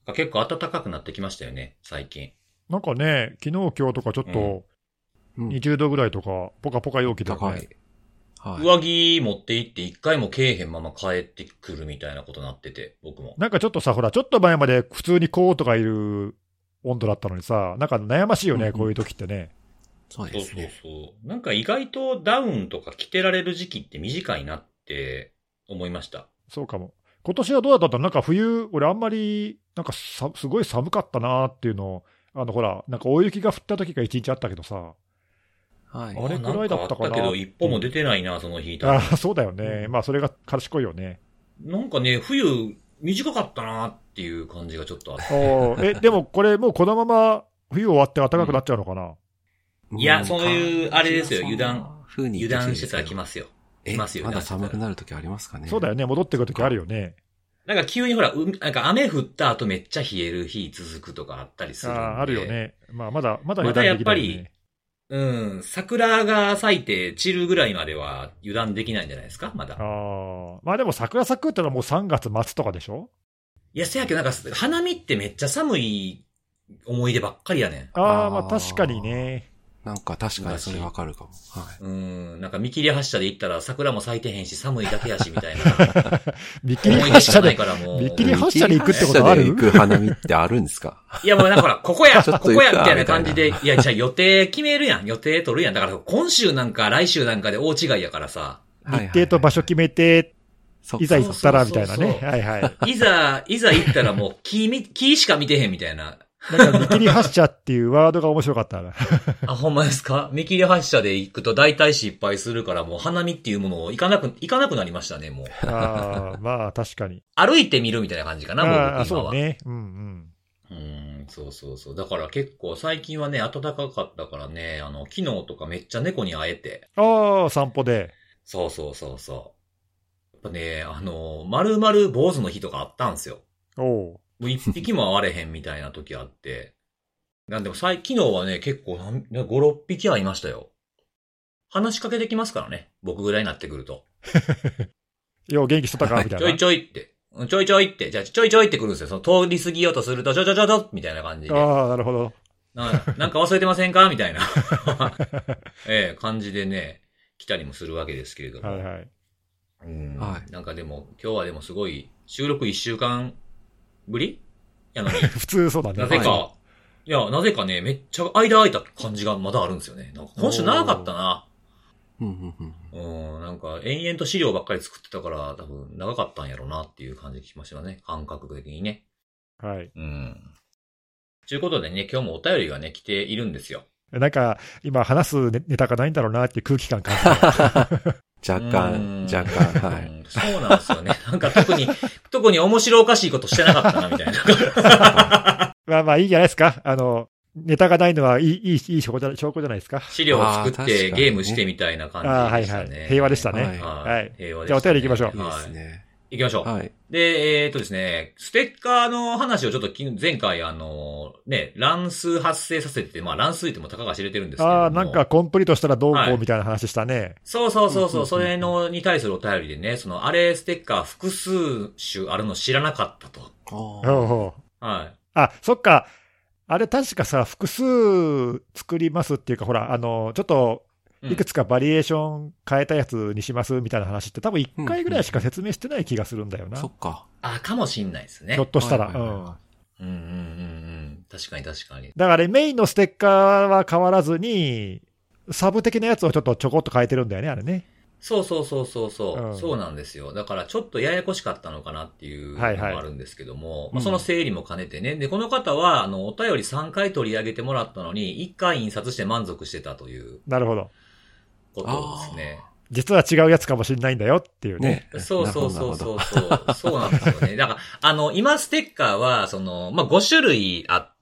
結構暖かくなってきましたよね、最近。 なんかね、昨日今日とかちょっと20度ぐらいとか、ポカポカ陽気だよね。 はい。上着持って行って一回もけえへんまま帰ってくるみたいなことになってて、僕も。 なんかちょっとさ、ほら、ちょっと前まで普通にコートがいる温度だったのにさ、なんか悩ましいよね、こういう時ってね。 そうですね。 そう。なんか意外とダウンとか着てられる時期って短いなって思いました。 そうかも。今年はどうだったの？なんか冬、俺あんまり、なんかすごい寒かったなっていうのを、ほら、なんか大雪が降った時が一日あったけどさ。 はい。 あれくらいだったかな。 あったけど、一歩も出てないな、その日。 ああ、そうだよね。まあ、それが賢いよね。 なんかね、冬、短かったなっていう感じがちょっとあって。 でもこれもうこのまま冬終わって暖かくなっちゃうのかな？ いや、そういう、あれですよ、油断してたら来ますよ。来ますよ。 まだ寒くなる時ありますかね？ そうだよね、戻ってくる時あるよね。 なんか急にほら、なんか雨降った後めっちゃ冷える日続くとかあったりするんで。 あるよね。まあ、まだ油断できないよね。 まだやっぱり、桜が咲いて散るぐらいまでは油断できないんじゃないですか、まだ。 まあでも桜咲くってのはもう3月末とかでしょ？ いや、せやけどなんか、花見ってめっちゃ寒い思い出ばっかりやねん。 まあ確かにね。 なんか確かにそれわかるかも。はい。 なんか見切り発車で行ったら桜も咲いてへんし寒いだけやしみたいな。 見切り発車で、 見切り発車で行くってことある？ 行く花見ってあるんですか？ いやもうなんかほら、ここやみたいな感じで、いや、じゃあ予定決めるやん。予定取るやん。だから今週なんか来週なんかで大違いやからさ。 日程と場所決めて、いざ行ったらみたいなね。はいはい。 いざ行ったらもう木しか見てへんみたいな。 なんか見切り発車っていうワードが面白かったな。 ほんまですか？見切り発車で行くと大体失敗するからもう花見っていうものを行かなくなりましたね、もう。 まあ確かに。 歩いてみるみたいな感じかな、僕今は。 そうね。 そう。だから結構最近はね、暖かかったからね、昨日とかめっちゃ猫に会えて。 散歩で。 そう。やっぱね、丸々坊主の日とかあったんですよ。もう一匹も会われへんみたいな時あって。なんでも昨日はね、結構5、6匹会いましたよ。話しかけてきますからね。僕ぐらいになってくると。 元気しとったかみたいな。 ちょいって。じゃあちょいってくるんですよ。その通り過ぎようとすると、ちょみたいな感じで。 なるほど。 なんか忘れてませんかみたいな。感じでね、来たりもするわけですけれども。 はい。 なんかでも、今日はでもすごい、収録1週間ぶりやのに。 普通そうだね。 なぜかね、めっちゃ間空いた感じがまだあるんですよね。なんか今週長かったな。なんか延々と資料ばっかり作ってたから多分長かったんやろうなっていう感じがしましたね。感覚的にね。 はい。 ということでね、今日もお便りがね、来ているんですよ。 なんか、今話すネタがないんだろうなっていう空気感感じ若干、はい。 そうなんですよね。なんか特に面白おかしいことしてなかったな、みたいな。 まあいいじゃないですか。ネタがないのはいい証拠じゃないですか。 資料を作ってゲームしてみたいな感じでしたね。 平和でしたね。 はい。平和でしたね。 じゃあお便り行きましょう。 いいですね。 行きましょう。 はい。 で、ですね、ステッカーの話をちょっと前回乱数発生させて、まあ乱数言ってもたかが知れてるんですけども。 なんかコンプリートしたらどうこうみたいな話したね。 そう。それに対するお便りでね、ステッカー複数種あるの知らなかったと。はい。 そっか。あれ確かさ、複数作りますっていうか、ほら、ちょっと、いくつかバリエーション変えたやつにしますみたいな話って多分1回ぐらいしか説明してない気がするんだよな。 そっか。 かもしんないですね。 ひょっとしたら。 確かに。 だからメインのステッカーは変わらずに、サブ的なやつをちょこっと変えてるんだよね、あれね。 そう。そうなんですよ。だからちょっとややこしかったのかなっていうのもあるんですけども、その整理も兼ねてね。で、この方は、お便り3回取り上げてもらったのに、1回印刷して満足してたという。 なるほど。 ことですね。 実は違うやつかもしれないんだよっていうね。 そうなんですよね。だから、今ステッカーは、5種類あって、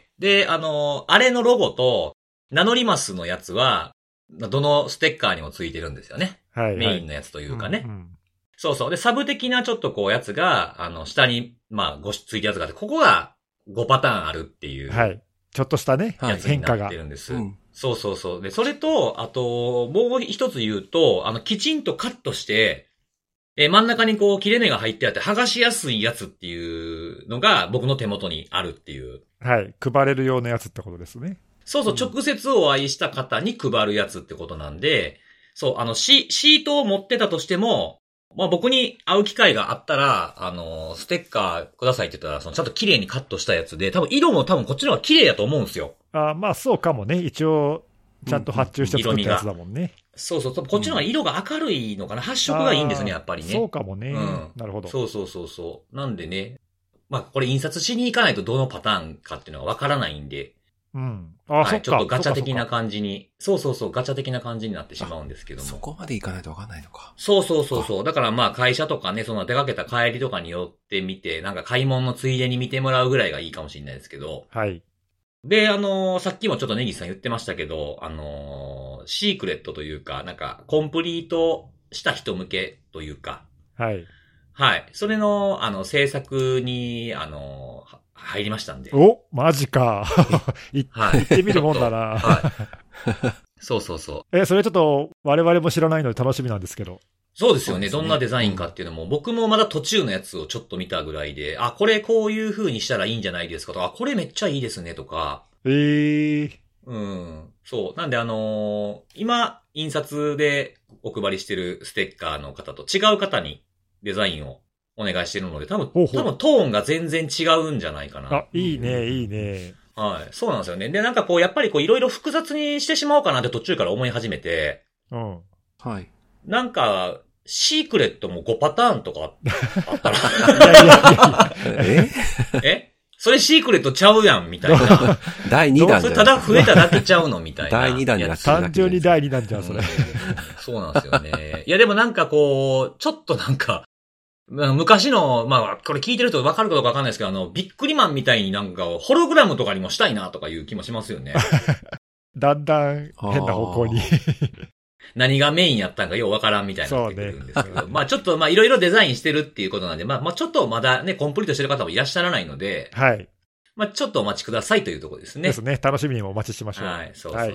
で、あれのロゴと、名乗りますのやつは、どのステッカーにもついてるんですよね。メインのやつというかね。そう。で、サブ的なちょっとこうやつが、下に、ついてるやつがあって、ここが5パターンあるっていう。 はい。ちょっとしたね、変化が。 ってるんです。そう。で、それと、あと、もう一つ言うと、きちんとカットして、 真ん中にこう切れ目が入ってあって剥がしやすいやつっていうのが僕の手元にあるっていう。 はい。配れるようなやつってことですね。 そうそう、直接お会いした方に配るやつってことなんで、そう、シートを持ってたとしても、まあ僕に会う機会があったら、ステッカーくださいって言ったら、ちゃんと綺麗にカットしたやつで、色もこっちの方が綺麗やと思うんですよ。 まあそうかもね。一応、ちゃんと発注して作ったやつだもんね。 そうそう、こっちの方が色が明るいのかな。発色がいいんですね、やっぱりね。 そうかもね。 うん。 なるほど。 そう。なんでね、まあこれ印刷しに行かないとどのパターンかっていうのがわからないんで、 うん。 はい、ちょっとガチャ的な感じに、そう、ガチャ的な感じになってしまうんですけども。 そこまで行かないとわかんないのか。 そう。だからまあ会社とかね、その出かけた帰りとかに寄ってみて、なんか買い物のついでに見てもらうぐらいがいいかもしれないですけど。 はい。 で、さっきもちょっとネギさん言ってましたけど、シークレットというか、なんかコンプリートした人向けというか。 はい。 はい。それの、制作に、入りましたんで。 お、マジか。行ってみるもんだな。 はい。そう。 それちょっと我々も知らないので楽しみなんですけど。 そうですよね。どんなデザインかっていうのも、僕もまだ途中のやつをちょっと見たぐらいで、これこういう風にしたらいいんじゃないですかとか、これめっちゃいいですねとか。うん。そう。なんで今、印刷でお配りしてるステッカーの方と違う方にデザインをお願いしてるので、多分トーンが全然違うんじゃないかな。 いいね。 はい。そうなんですよね。で、なんかやっぱりいろいろ複雑にしてしまおうかなって途中から思い始めて。 うん。 はい。 なんか、シークレットも5パターンとかあったら。それシークレットちゃうやん、みたいな。 第2弾それただ増えただけちゃうのみたいな。 第2弾になってる。 単純に第2弾じゃん、それ。 そうなんですよね。いや、でもなんかちょっとなんか、昔の、まあ、これ聞いてる人分かるかどうか分かんないですけど、ビックリマンみたいになんか、ホログラムとかにもしたいなとかいう気もしますよね。 だんだん変な方向に。 何がメインやったんかよう分からんみたいになってくるんですけど。まあちょっといろいろデザインしてるっていうことなんで、まあちょっとまだね、コンプリートしてる方もいらっしゃらないので、 はい。 まあちょっとお待ちくださいというところですね。 ですね。楽しみにもお待ちしましょう。 はい、そう。はい。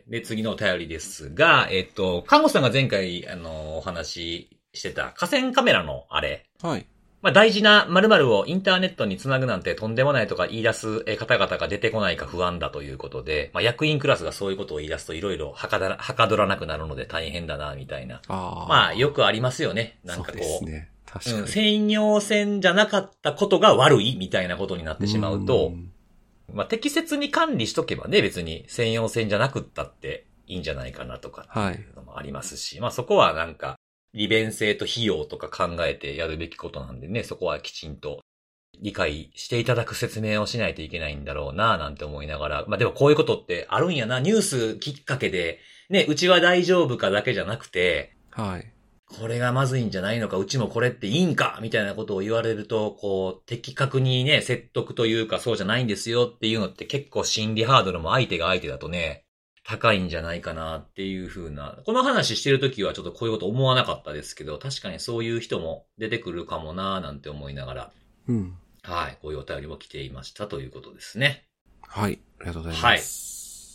で、次のお便りですが、看護師さんが前回、お話してた河川カメラのあれ。 はい。 まあ大事な〇〇をインターネットにつなぐなんてとんでもないとか言い出す方々が出てこないか不安だということで、まあ役員クラスがそういうことを言い出すといろいろはかどらなくなるので大変だな、みたいな。まあよくありますよね。なんかそうですね。確かに。 専用線じゃなかったことが悪いみたいなことになってしまうと、まあ適切に管理しとけばね、別に専用線じゃなくったっていいんじゃないかなとかっていうのもありますし、まあそこはなんか、利便性と費用とか考えてやるべきことなんでね、そこはきちんと理解していただく説明をしないといけないんだろうな、なんて思いながら。まあでもこういうことってあるんやな、ニュースきっかけで、ね、うちは大丈夫かだけじゃなくて、 はい。 これがまずいんじゃないのか、うちもこれっていいんか、みたいなことを言われると、的確にね、説得というかそうじゃないんですよっていうのって結構心理ハードルも相手が相手だとね、高いんじゃないかなっていう風な。この話してるときはちょっとこういうこと思わなかったですけど、確かにそういう人も出てくるかもななんて思いながら。 うん。 はい。こういうお便りも来ていましたということですね。 はい。ありがとうございます。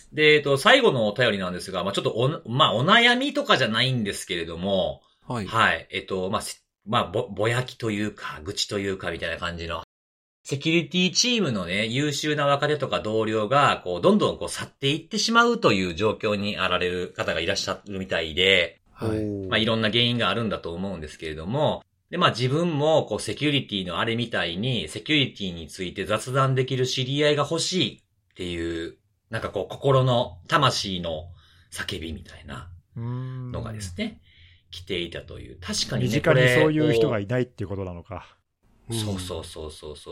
はい。で、最後のお便りなんですが、まあちょっとお悩みとかじゃないんですけれども、 はい。 はい。ぼやきというか、愚痴というかみたいな感じの、セキュリティチームのね、優秀な若手とか同僚が、どんどん去っていってしまうという状況にあられる方がいらっしゃるみたいで、 はい。 まあ、いろんな原因があるんだと思うんですけれども、で、まあ自分も、セキュリティのあれみたいに、セキュリティについて雑談できる知り合いが欲しいっていう、なんか心の、魂の叫びみたいなのがですね、来ていたという。確かにね、 身近にそういう人がいないっていうことなのか。 そう。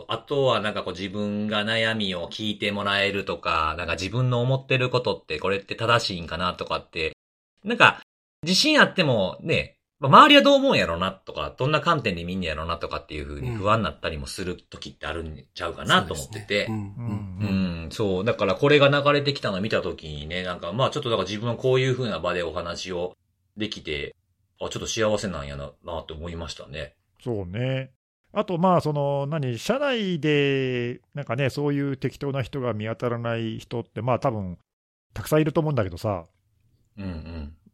あとはなんか自分が悩みを聞いてもらえるとか、なんか自分の思ってることってこれって正しいんかなとかって、なんか自信あってもね、周りはどう思うんやろなとか、どんな観点で見んやろなとかっていう風に不安になったりもする時ってあるんちゃうかなと思ってて。そう。だからこれが流れてきたのを見た時にね、なんかちょっとだから自分はこういう風な場でお話をできて、ちょっと幸せなんやなって思いましたね。 そうね。あと、社内で、なんかね、そういう適当な人が見当たらない人って、多分たくさんいると思うんだけどさ、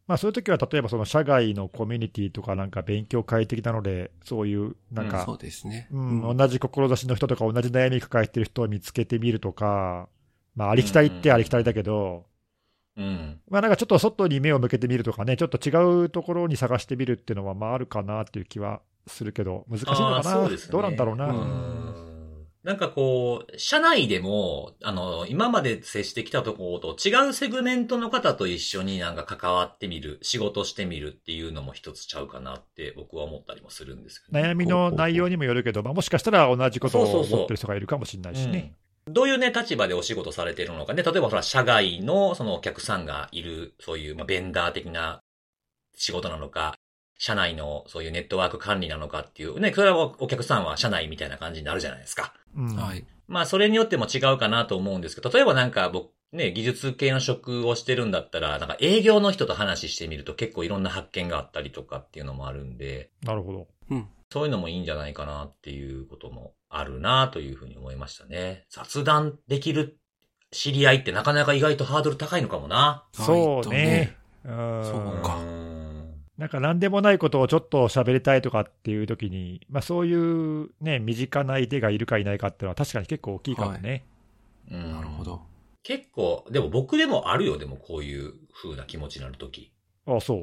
まあそういう時は例えばその社外のコミュニティとかなんか勉強会的なので、そういうなんか、 そうですね。 同じ志の人とか同じ悩み抱えてる人を見つけてみるとか、まあありきたりってありきたりだけど、まあなんかちょっと外に目を向けてみるとかね、ちょっと違うところに探してみるっていうのはまああるかなっていう気はするけど、難しいのかな、 そうですね、 どうなんだろうな。 なんかこう、社内でも、今まで接してきたところと違うセグメントの方と一緒になんか関わってみる、仕事してみるっていうのも一つちゃうかなって僕は思ったりもするんですけど、ね、 悩みの内容にもよるけど、まあ、もしかしたら同じことを思ってる人がいるかもしれないしね。 どういうね、立場でお仕事されているのかね。例えばほら、社外のそのお客さんがいる、そういう、まあ、ベンダー的な仕事なのか、社内のそういうネットワーク管理なのかっていうね、それはお客さんは社内みたいな感じになるじゃないですか。 はい。 まあ、それによっても違うかなと思うんですけど、例えばなんか僕、ね、技術系の職をしてるんだったら、なんか営業の人と話してみると結構いろんな発見があったりとかっていうのもあるんで。 なるほど。 そういうのもいいんじゃないかなっていうこともあるなというふうに思いましたね。雑談できる知り合いってなかなか意外とハードル高いのかもな。 そうね。 そうか。 なんか何でもないことをちょっと喋りたいとかっていう時に、まあそういうね、身近な相手がいるかいないかっていうのは確かに結構大きいかもね。 なるほど。 結構、でも僕でもあるよ、でもこういう風な気持ちになる時。 あ、そう。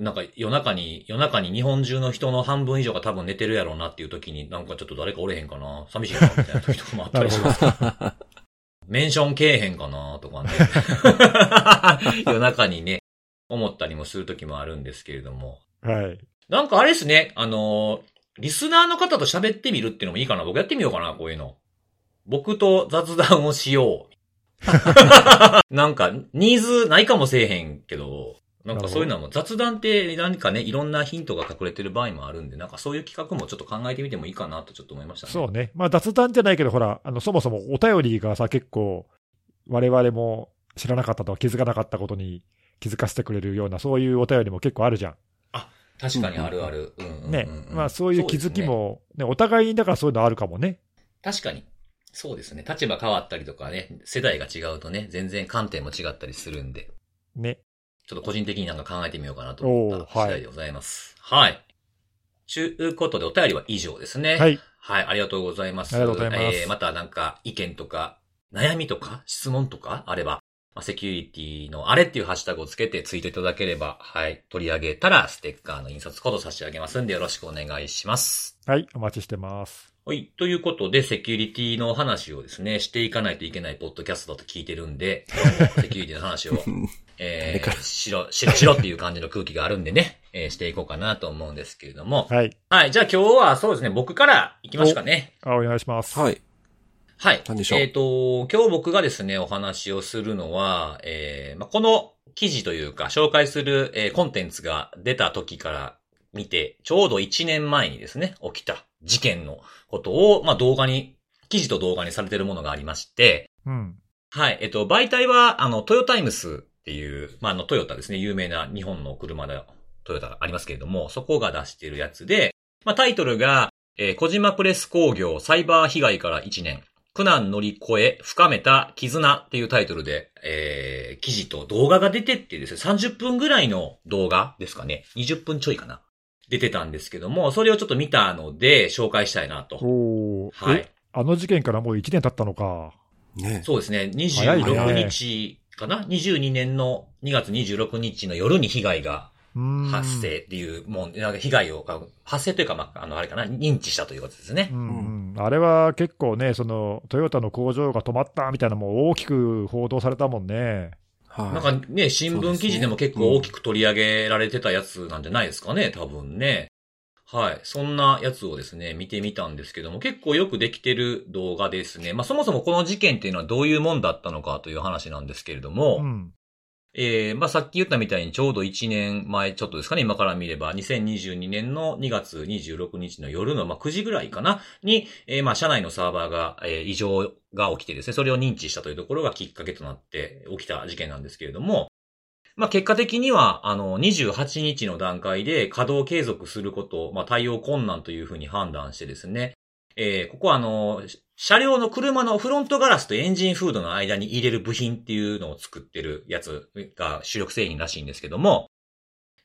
なんか夜中に日本中の人の半分以上が多分寝てるやろうなっていう時になんかちょっと誰かおれへんかな寂しいなみたいな時とかもあったりします。メンションけえへんかなとかね。夜中にね、思ったりもする時もあるんですけれども。 はい。 なんかあれですね、リスナーの方と喋ってみるっていうのもいいかな。僕やってみようかな、こういうの。僕と雑談をしよう。なんか、ニーズないかもしれへんけど、なんかそういうのも雑談って何かね、いろんなヒントが隠れてる場合もあるんで、なんかそういう企画もちょっと考えてみてもいいかなとちょっと思いましたね。 そうね。まあ雑談じゃないけど、ほら、そもそもお便りがさ、結構、我々も知らなかったとか気づかなかったことに気づかせてくれるような、そういうお便りも結構あるじゃん。 あ、確かにあるある。 ね。まあそういう気づきも、ね、お互いにだからそういうのあるかもね。 確かに。そうですね。立場変わったりとかね、世代が違うとね、全然観点も違ったりするんで。 ね。 ちょっと個人的になんか考えてみようかなと思った次第でございます。はい。ということでお便りは以上ですね。 はい。 はい、ありがとうございます。 ありがとうございます。 またなんか意見とか、悩みとか、質問とかあれば、セキュリティのあれっていうハッシュタグをつけてツイートいただければ、はい、取り上げたらステッカーの印刷コード差し上げますんでよろしくお願いします。 はい、お待ちしてます。 はい。ということで、セキュリティの話をですね、していかないといけないポッドキャストだと聞いてるんで、セキュリティの話を、しろっていう感じの空気があるんでね、していこうかなと思うんですけれども。 はい。 はい。じゃあ今日はそうですね、僕から行きますかね。 お願いします。 はい。 はい。 何でしょう。 今日僕がですね、お話をするのは、この記事というか、紹介する、コンテンツが出た時から見て、ちょうど1年前にですね、起きた事件のことを、記事と動画にされているものがありまして、 うん。 はい。媒体は、トヨタイムスっていう、トヨタですね、有名な日本の車でトヨタありますけれども、そこが出しているやつで、タイトルが、小島プレス工業サイバー被害から1年。苦難乗り越え、深めた絆っていうタイトルで、記事と動画が出てってですね、30分ぐらいの動画ですかね。20分ちょいかな。出てたんですけども、それをちょっと見たので、紹介したいなと。 はい。あの事件からもう1年経ったのか。 ね。 そうですね。26日かな、22年の2月26日の夜に被害が発生っていう、もう、なんか被害を、発生というか、あれかな、認知したということですね。 あれは結構ね、トヨタの工場が止まったみたいなのも大きく報道されたもんね。 はい。なんかね、新聞記事でも結構大きく取り上げられてたやつなんじゃないですかね、多分ね。はい。そんなやつをですね、見てみたんですけども、結構よくできてる動画ですね。そもそもこの事件っていうのはどういうもんだったのかという話なんですけれども、さっき言ったみたいにちょうど1年前ちょっとですかね、今から見れば、2022年の2月26日の夜の9時ぐらいかな、に、社内のサーバーが、異常が起きてですね、それを認知したというところがきっかけとなって起きた事件なんですけれども、結果的には、28日の段階で稼働継続すること、対応困難というふうに判断してですね、ここは車両の車のフロントガラスとエンジンフードの間に入れる部品っていうのを作ってるやつが主力製品らしいんですけども、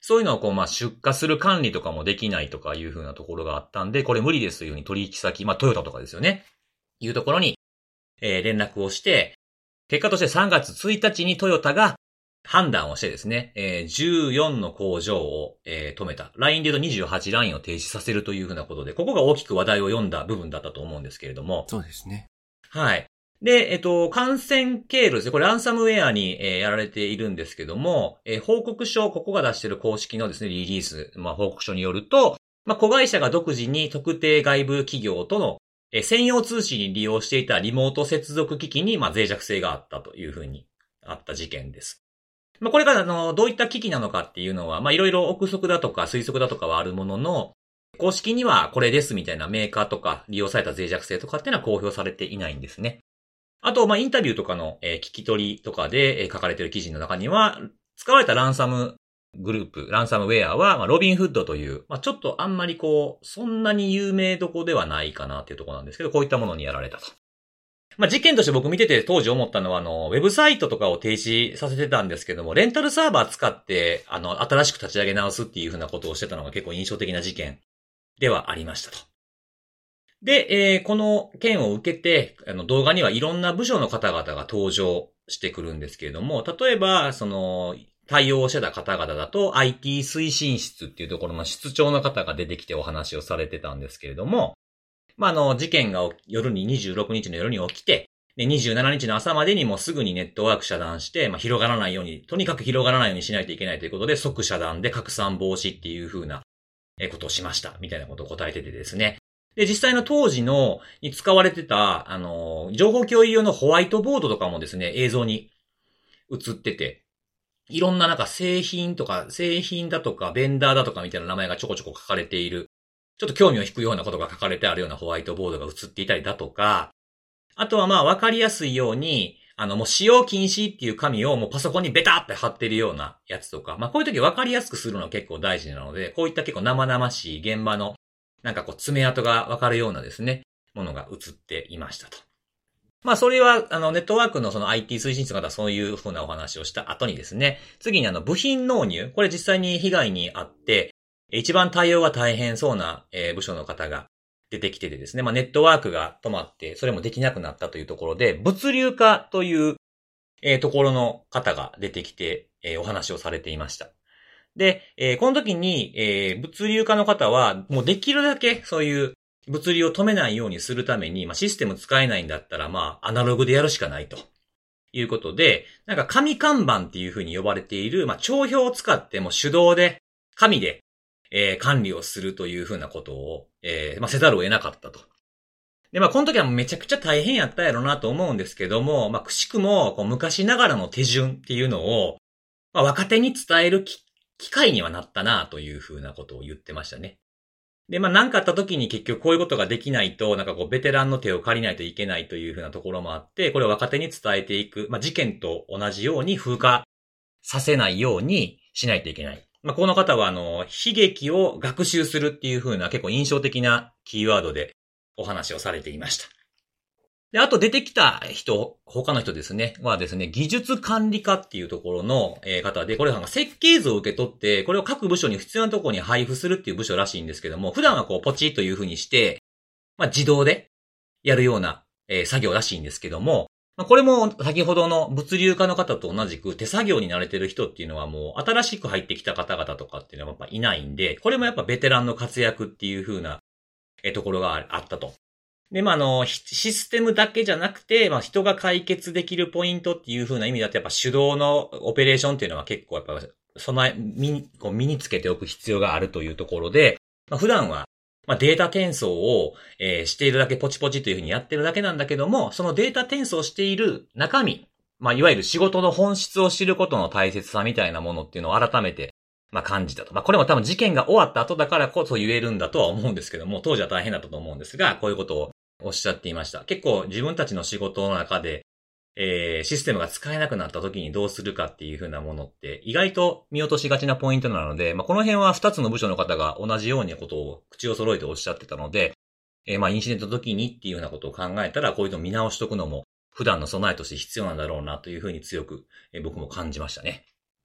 そういうのをこう、まあ、出荷する管理とかもできないとかいうふうなところがあったんで、これ無理ですというふうに取引先、まあ、トヨタとかですよね。いうところに、連絡をして、結果として3月1日にトヨタが判断をしてですね、14の工場を、止めた。ラインで言うと28ラインを停止させるというふうなことで、ここが大きく話題を読んだ部分だったと思うんですけれども。 そうですね。 はい。で、感染経路ですね。これランサムウェアに、やられているんですけども、報告書、ここが出している公式のですね、リリース、まあ、報告書によると、まあ、子会社が独自に特定外部企業との、専用通信に利用していたリモート接続機器に、まあ、脆弱性があったというふうにあった事件です。まあ、これが、どういった機器なのかっていうのは、まあ、いろいろ憶測だとか推測だとかはあるものの、公式にはこれですみたいなメーカーとか利用された脆弱性とかっていうのは公表されていないんですね。あと、まあ、インタビューとかの、聞き取りとかで、書かれている記事の中には、使われたランサムグループ、ランサムウェアは、まあ、ロビンフッドという、まあ、ちょっとあんまりこう、そんなに有名どこではないかなっていうところなんですけど、こういったものにやられたと。まあ、事件として僕見てて当時思ったのは、ウェブサイトとかを停止させてたんですけども、レンタルサーバー使って、新しく立ち上げ直すっていうふうなことをしてたのが結構印象的な事件ではありましたと。で、この件を受けて、動画にはいろんな部署の方々が登場してくるんですけれども、例えば、対応してた方々だと IT 推進室っていうところの室長の方が出てきてお話をされてたんですけれども、まあ、事件が夜に26日の夜に起きて、で、27日の朝までにもうすぐにネットワーク遮断して、まあ、広がらないように、とにかく広がらないようにしないといけないということで、即遮断で拡散防止っていう風なことをしました、みたいなことを答えててですね。で、実際の当時に使われてた、情報共有用のホワイトボードとかもですね、映像に映ってて、いろんななんか製品だとか、ベンダーだとかみたいな名前がちょこちょこ書かれている、ちょっと興味を引くようなことが書かれてあるようなホワイトボードが映っていたりだとか、あとはまあわかりやすいように、もう使用禁止っていう紙をもうパソコンにベタって貼ってるようなやつとか、まあこういう時わかりやすくするのは結構大事なので、こういった結構生々しい現場のなんかこう爪痕がわかるようなですね、ものが映っていましたと。まあそれはネットワークのその IT 推進室の方はそういう風なお話をした後にですね、次に部品納入、これ実際に被害に遭って、一番対応が大変そうな部署の方が出てきててですね、まあネットワークが止まって、それもできなくなったというところで、物流化というところの方が出てきてお話をされていました。で、この時に物流化の方は、もうできるだけそういう物流を止めないようにするために、まあシステム使えないんだったら、まあアナログでやるしかないということで、なんか紙看板っていう風に呼ばれている、まあ帳票を使っても手動で、紙で管理をするというふうなことを、まあ、せざるを得なかったと。で、まあ、この時はめちゃくちゃ大変やったやろなと思うんですけども、まあ、くしくも、昔ながらの手順っていうのを、まあ、若手に伝える機会にはなったなというふうなことを言ってましたね。で、まあ、なんかあった時に結局こういうことができないと、なんかベテランの手を借りないといけないというふうなところもあって、これを若手に伝えていく、まあ、事件と同じように風化させないようにしないといけない。まあ、この方は悲劇を学習するっていう風な結構印象的なキーワードでお話をされていました。で、あと出てきた他の人ですね、はですね、技術管理課っていうところの方で、これは設計図を受け取って、これを各部署に必要なところに配布するっていう部署らしいんですけども、普段はポチッという風にして、まあ、自動でやるような作業らしいんですけども、これも先ほどの物流課の方と同じく手作業に慣れてる人っていうのはもう新しく入ってきた方々とかっていうのはやっぱいないんで、これもやっぱベテランの活躍っていう風なところがあったと。で、まあ、システムだけじゃなくて、まあ、人が解決できるポイントっていう風な意味だとやっぱ手動のオペレーションっていうのは結構やっぱ身につけておく必要があるというところで、まあ、普段はまあ、データ転送を、しているだけポチポチというふうにやってるだけなんだけども、そのデータ転送している中身、まあ、いわゆる仕事の本質を知ることの大切さみたいなものっていうのを改めて、まあ、感じたと。まあ、これも多分事件が終わった後だからこそ言えるんだとは思うんですけども、当時は大変だったと思うんですが、こういうことをおっしゃっていました。結構自分たちの仕事の中で、システムが使えなくなった時にどうするかっていう風なものって意外と見落としがちなポイントなので、まあ、この辺は2つの部署の方が同じようなことを口を揃えておっしゃってたので、まあインシデントの時にっていうようなことを考えたらこういうのを見直しとくのも普段の備えとして必要なんだろうなという風に強く、僕も感じましたね。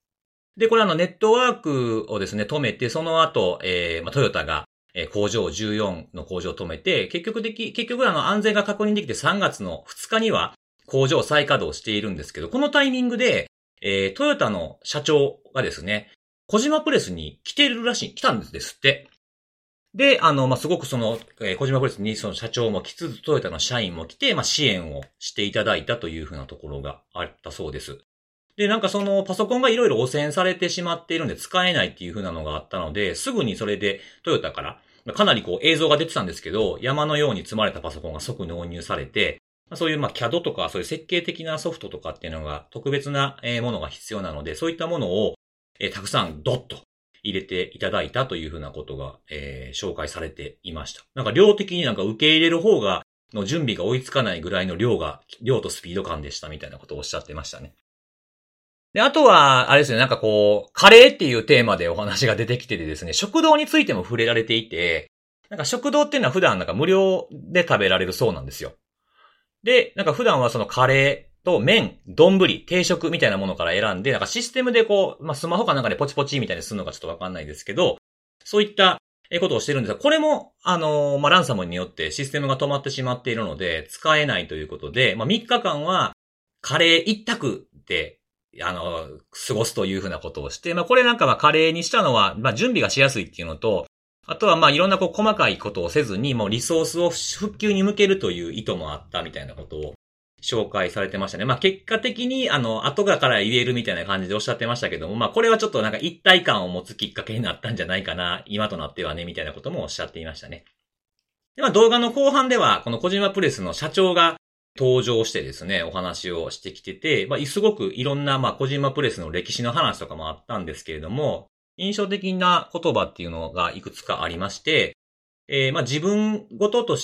で、これネットワークをですね、止めて、その後、トヨタが、工場14の工場を止めて、結局安全が確認できて3月の2日には工場を再稼働しているんですけど、このタイミングで、トヨタの社長がですね、小島プレスに来たんですって。で、すごく小島プレスにその社長も来つつ、トヨタの社員も来て、支援をしていただいたというふうなところがあったそうです。で、パソコンがいろいろ汚染されてしまっているんで使えないっていう風なのがあったので、すぐにそれでトヨタからかなり映像が出てたんですけど、山のように積まれたパソコンが即納入されて、そういうCAD とかそういう設計的なソフトとかっていうのが特別なものが必要なので、そういったものをたくさんドッと入れていただいたという風なことが紹介されていました。量的に受け入れる方の準備が追いつかないぐらいの量とスピード感でしたみたいなことをおっしゃってましたね。で、あとは、あれですね、カレーっていうテーマでお話が出てきててですね、食堂についても触れられていて、食堂っていうのは普段無料で食べられるそうなんですよ。で、普段はそのカレーと麺、丼、定食みたいなものから選んで、システムでスマホかでポチポチみたいにするのかちょっとわかんないですけど、そういったことをしてるんですが、これも、ランサムによってシステムが止まってしまっているので、使えないということで、3日間はカレー一択で、過ごすというふうなことをして、これカレーにしたのは、準備がしやすいっていうのと、あとはいろんな細かいことをせずに、もうリソースを復旧に向けるという意図もあったみたいなことを紹介されてましたね。結果的に、後から言えるみたいな感じでおっしゃってましたけども、これはちょっと一体感を持つきっかけになったんじゃないかな、今となってはね、みたいなこともおっしゃっていましたね。で、動画の後半では、この小島プレスの社長が、登場してですね、お話をしてきてて、すごくいろんな、小島プレスの歴史の話とかもあったんですけれども、印象的な言葉っていうのがいくつかありまして、自分ごととして、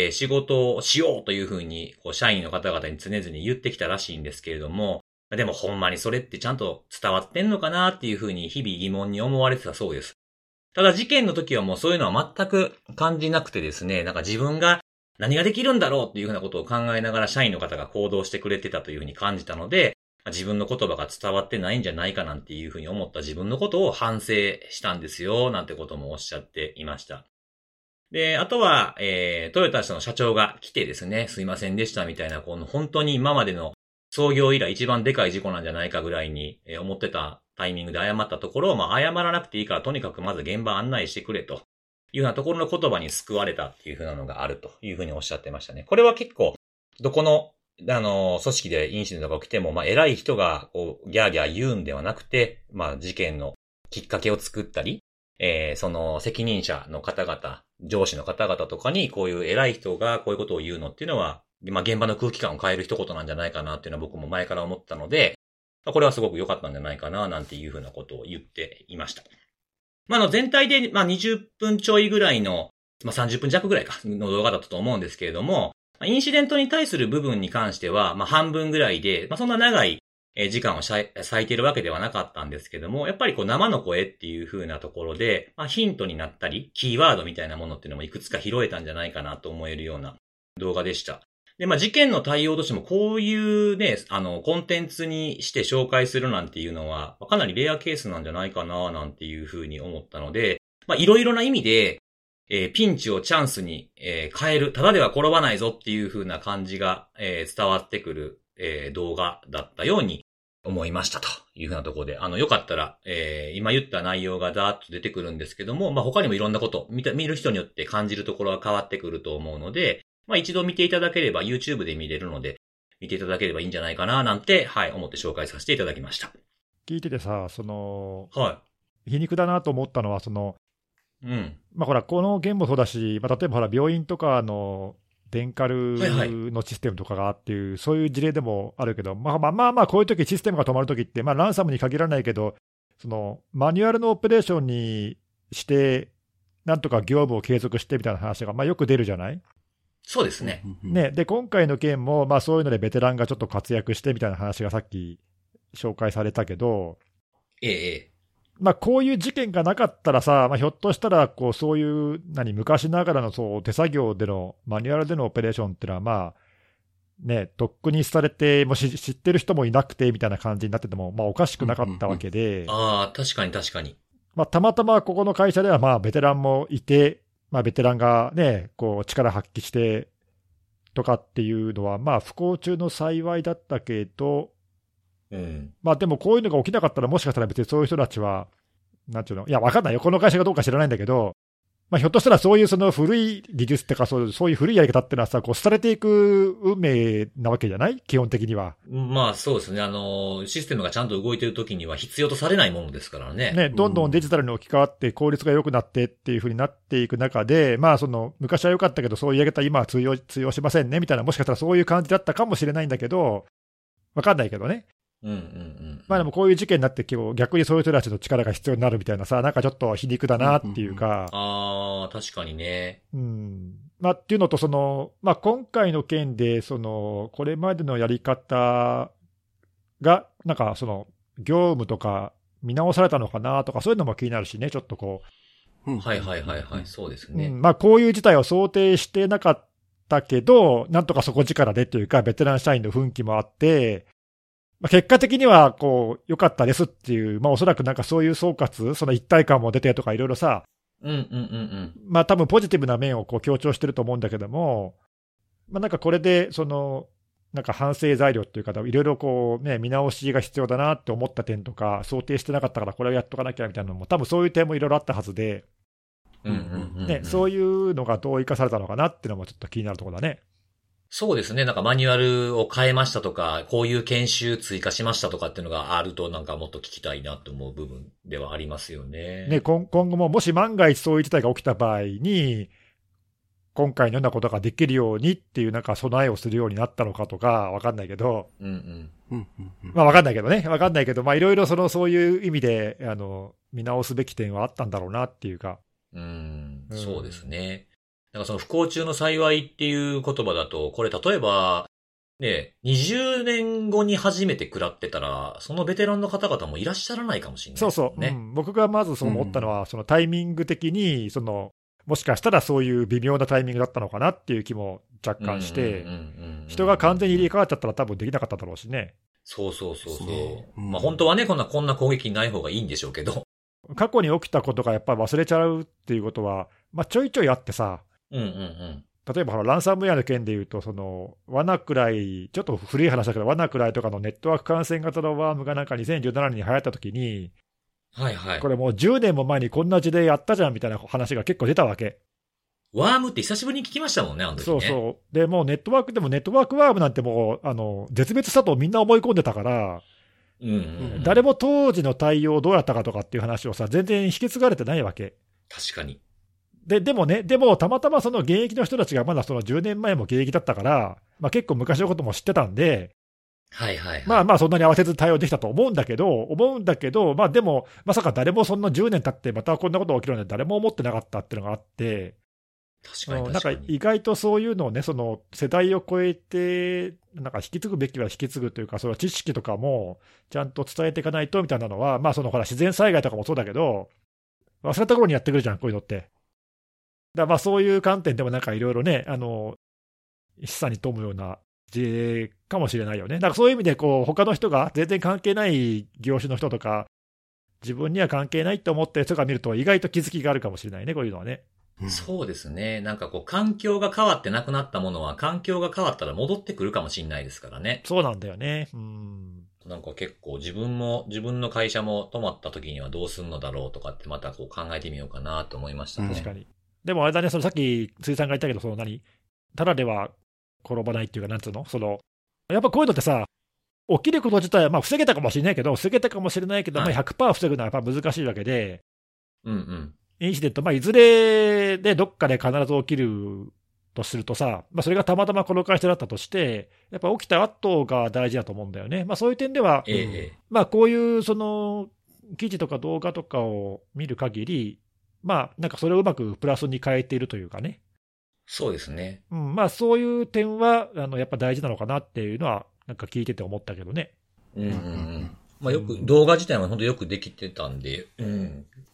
仕事をしようというふうに、社員の方々に常々言ってきたらしいんですけれども、でもほんまにそれってちゃんと伝わってんのかなっていうふうに日々疑問に思われてたそうです。ただ事件の時はもうそういうのは全く感じなくてですね、自分が何ができるんだろうっていうふうなことを考えながら社員の方が行動してくれてたというふうに感じたので、自分の言葉が伝わってないんじゃないかなんていうふうに思った自分のことを反省したんですよ、なんてこともおっしゃっていました。で、あとは、トヨタの社長が来てですね、すいませんでしたみたいな、本当に今までの創業以来一番でかい事故なんじゃないかぐらいに思ってたタイミングで謝ったところ、謝らなくていいからとにかくまず現場案内してくれと。いうようなところの言葉に救われたっていう風なのがあるという風におっしゃってましたね。これは結構、どこの、組織でインシデントが起きても、偉い人が、ギャーギャー言うんではなくて、事件のきっかけを作ったり、その責任者の方々、上司の方々とかに、こういう偉い人がこういうことを言うのっていうのは、現場の空気感を変える一言なんじゃないかなっていうのは僕も前から思ったので、これはすごく良かったんじゃないかな、なんていう風なことを言っていました。全体で、20分ちょいぐらいの、30分弱ぐらいか、の動画だったと思うんですけれども、インシデントに対する部分に関しては、半分ぐらいで、そんな長い時間を割いてるわけではなかったんですけども、やっぱり生の声っていう風なところで、ヒントになったり、キーワードみたいなものっていうのもいくつか拾えたんじゃないかなと思えるような動画でした。で、事件の対応としてもこういうね、コンテンツにして紹介するなんていうのは、かなりレアケースなんじゃないかな、なんていうふうに思ったので、いろいろな意味で、ピンチをチャンスに、変える、ただでは転ばないぞっていうふうな感じが、伝わってくる、動画だったように思いましたというふうなところで、よかったら、今言った内容がだーっと出てくるんですけども、他にもいろんなこと、見る人によって感じるところは変わってくると思うので、一度見ていただければ YouTube で見れるので、見ていただければいいんじゃないかななんて、思って紹介させていただきました。 聞いててさ、皮肉だなと思ったのは、ほら、この件もそうだし、例えばほら、病院とかのデンカルのシステムとかがっていう、そういう事例でもあるけど、こういう時システムが止まるときって、ランサムに限らないけど、マニュアルのオペレーションにして、なんとか業務を継続してみたいな話が、よく出るじゃない？ そうですね。 で、今回の件も、そういうのでベテランがちょっと活躍してみたいな話がさっき紹介されたけど、こういう事件がなかったらさ、ひょっとしたらそういう昔ながらの手作業でのマニュアルでのオペレーションっていうのはね、とっくにされて、もし知ってる人もいなくてみたいな感じになってても、まあおかしくなかったわけで、 ああ、確かに確かに。 まあたまたまここの会社ではまあベテランもいて、まあベテランがね、こう力発揮してとかっていうのは、まあ不幸中の幸いだったけど、 うん。 まあでもこういうのが起きなかったら、もしかしたら別にそういう人たちは、なんていうの、いや、わかんないよ、この会社がどうか知らないんだけど、まあ、ひょっとしたらそういうその古い技術っていうか、そういう古いやり方っていうのはさ、こう廃れていく運命なわけじゃない？基本的には。 まあそうですね。システムがちゃんと動いてる時には必要とされないものですからね。 ね、どんどんデジタルに置き換わって効率が良くなってっていう風になっていく中で、まあその昔は良かったけど、そういうやり方今は通用しませんねみたいな、もしかしたらそういう感じだったかもしれないんだけど、わかんないけどね。 うんうんうん。 まあでもこういう事件になって逆にそういう人たちの力が必要になるみたいなさ、なんかちょっと皮肉だなっていうか。 ああ、確かにね。 まあっていうのと、まあ今回の件で、これまでのやり方が、なんか業務とか見直されたのかなとか、そういうのも気になるしね、ちょっとこう。はいはいはいはい、そうですね。 まあこういう事態を想定してなかったけど、なんとか底力でっていうか、ベテラン社員の奮起もあって、まあ、結果的には、良かったですっていう、まあおそらくなんかそういう総括、その一体感も出てとかいろいろさ、まあ多分ポジティブな面を強調してると思うんだけども、まあなんかこれで、なんか反省材料っていうか、いろいろ見直しが必要だなって思った点とか、想定してなかったからこれをやっとかなきゃみたいなのも、多分そういう点もいろいろあったはずで、そういうのがどう生かされたのかなっていうのもちょっと気になるところだね。 そうですね。なんかマニュアルを変えましたとか、こういう研修追加しましたとかっていうのがあると、なんかもっと聞きたいなと思う部分ではありますよね。 今後ももし万が一そういう事態が起きた場合に、今回のようなことができるようにっていうなんか備えをするようになったのかとかわかんないけど、まあわかんないけどね、わかんないけど、まあいろいろそういう意味で、見直すべき点はあったんだろうなっていうか。 そうですね。なんかその不幸中の幸いっていう言葉だと、これ例えば、ね、20年後に初めて食らってたら、そのベテランの方々もいらっしゃらないかもしれないですね。 そうそう。僕がまずそう思ったのは、そのタイミング的に、もしかしたらそういう微妙なタイミングだったのかなっていう気も若干して、人が完全に入れ替わっちゃったら多分できなかっただろうしね。 そう。まあ本当はね、こんな攻撃ない方がいいんでしょうけど。 過去に起きたことがやっぱり忘れちゃうっていうことは、まあちょいちょいあってさ、例えばランサムウェアの件でいうと、ワナクライ、ちょっと古い話だけど、ワナクライとかのネットワーク感染型のワームがなんか2017年に流行った時に、これもう10年も前にこんな事例やったじゃんみたいな話が結構出たわけ。 ワームって久しぶりに聞きましたもんね、あの時ね。 そう。で、もうネットワークでもネットワークワームなんてもう、絶滅したとみんな思い込んでたから、誰も当時の対応どうやったかとかっていう話をさ、全然引き継がれてないわけ。 確かに。 でもたまたまその現役の人たちがまだその10年前も現役だったから、まあ結構昔のことも知ってたんで、まあそんなに慌てず対応できたと思うんだけど、まあでも、まさか誰もそんな10年経ってまたこんなことが起きるなんて誰も思ってなかったっていうのがあって、 確かに。 なんか意外とそういうのをね、その世代を超えて、なんか引き継ぐべきは引き継ぐというか、その知識とかもちゃんと伝えていかないとみたいなのは、まあほら自然災害とかもそうだけど、忘れた頃にやってくるじゃん、こういうのって。だまあそういう観点でもなんかいろいろね、示唆に富むような事例かもしれないよね。だからそういう意味で他の人が全然関係ない業種の人とか、自分には関係ないって思ってる人が見ると意外と気づきがあるかもしれないね、こういうのはね。 そうですね。なんか環境が変わってなくなったものは、環境が変わったら戻ってくるかもしれないですからね。 そうなんだよね。 なんか結構自分の会社も止まった時にはどうするのだろうとかってまた考えてみようかなと思いましたね。 確かに。でもあれだね、さっき辻さんが言ったけど、ただでは転ばないっていうか、なんつうの、やっぱこういうのってさ、起きること自体はまあ防げたかもしれないけど、まあ、100% 防ぐのはやっぱ難しいわけで、インシデント、まあ、いずれでどっかで必ず起きるとするとさ、まあ、それがたまたまこの会社だったとして、やっぱ起きた後が大事だと思うんだよね。まあ、そういう点では、まあ、こういう記事とか動画とかを見る限り、まあ、なんかそれをうまくプラスに変えているというかね。 そうですね。 まあ、そういう点は、やっぱ大事なのかなっていうのは、なんか聞いてて思ったけどね。 まあ、動画自体は本当よくできてたんで、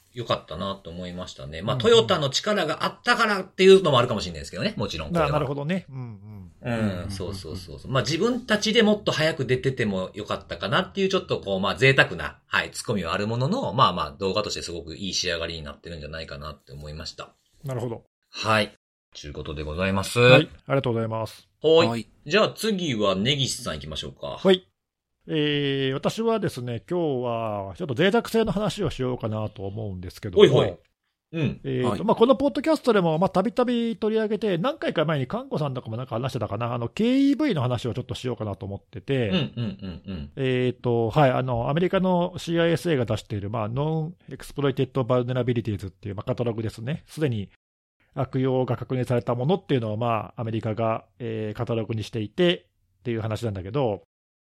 良かったなと思いましたね。まあ、トヨタの力があったからっていうのもあるかもしれないですけどね、もちろんこれは。 なるほどね。 そうそうそう。まあ、自分たちでもっと早く出ててもよかったかなっていう、ちょっとこう、まあ、贅沢な、はい、ツッコミはあるものの、まあまあ、動画としてすごくいい仕上がりになってるんじゃないかなって思いました。 なるほど。 はい。ということでございます。 はい。ありがとうございます。 はい。じゃあ次は根岸さん行きましょうか。 はい。私はですね、今日はちょっと脆弱性の話をしようかなと思うんですけども、 はい。 まあ、このポッドキャストでもたびたび取り上げて、何回か前に看護さんとかもなんか話してたかな、KEV の話をちょっとしようかなと思ってて、はい、アメリカの CISA が出している、まあ、ノンエクスプロイテッド・バルネラビリティーズっていう、まあ、カタログですね、すでに悪用が確認されたものっていうのを、まあ、アメリカが、カタログにしていてっていう話なんだけど、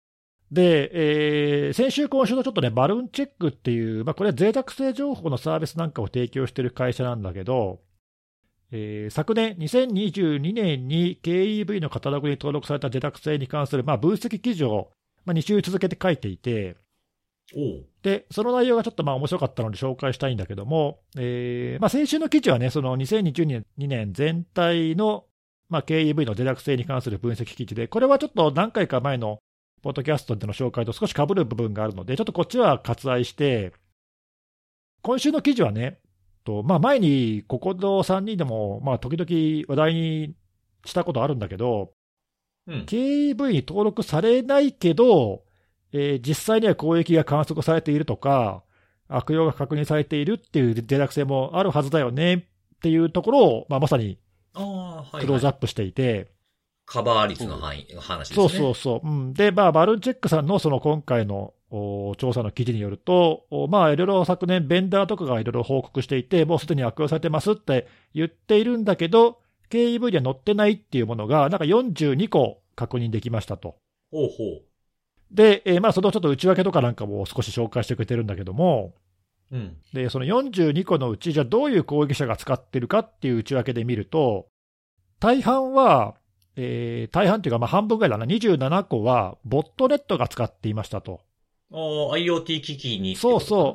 で、先週、今週のちょっとね、バルーンチェックっていう、まあ、これは脆弱性情報のサービスなんかを提供している会社なんだけど、昨年、2022年に KEV のカタログに登録された脆弱性に関する、まあ、分析記事を、まあ、2週続けて書いていて、で、その内容がちょっとまあ面白かったので紹介したいんだけども、まあ、先週の記事はね、その2022年全体の、まあ、KEV の脆弱性に関する分析記事で、これはちょっと何回か前のポッドキャストでの紹介と少し被る部分があるので、ちょっとこっちは割愛して、今週の記事はね、まあ、前にここの3人でも、まあ、時々話題にしたことあるんだけど、KEV に登録されないけど、実際には攻撃が観測されているとか、悪用が確認されているっていう脆弱性もあるはずだよねっていうところを、まあ、まさにクローズアップしていて、 カバー率の話ですね。 そう。で、まあ、バルーンチェックさんのその今回の調査の記事によると、まあ、いろいろ昨年、ベンダーとかがいろいろ報告していて、もうすでに悪用されてますって言っているんだけど、KEV には載ってないっていうものが、なんか42個確認できましたと。で、まあ、そのちょっと内訳とかなんかも少し紹介してくれてるんだけども、で、その42個のうち、じゃあどういう攻撃者が使ってるかっていう内訳で見ると、大半っていうか、まあ半分ぐらいだな、27個は、ボットネットが使っていましたと。 IoT 機器に。 そう。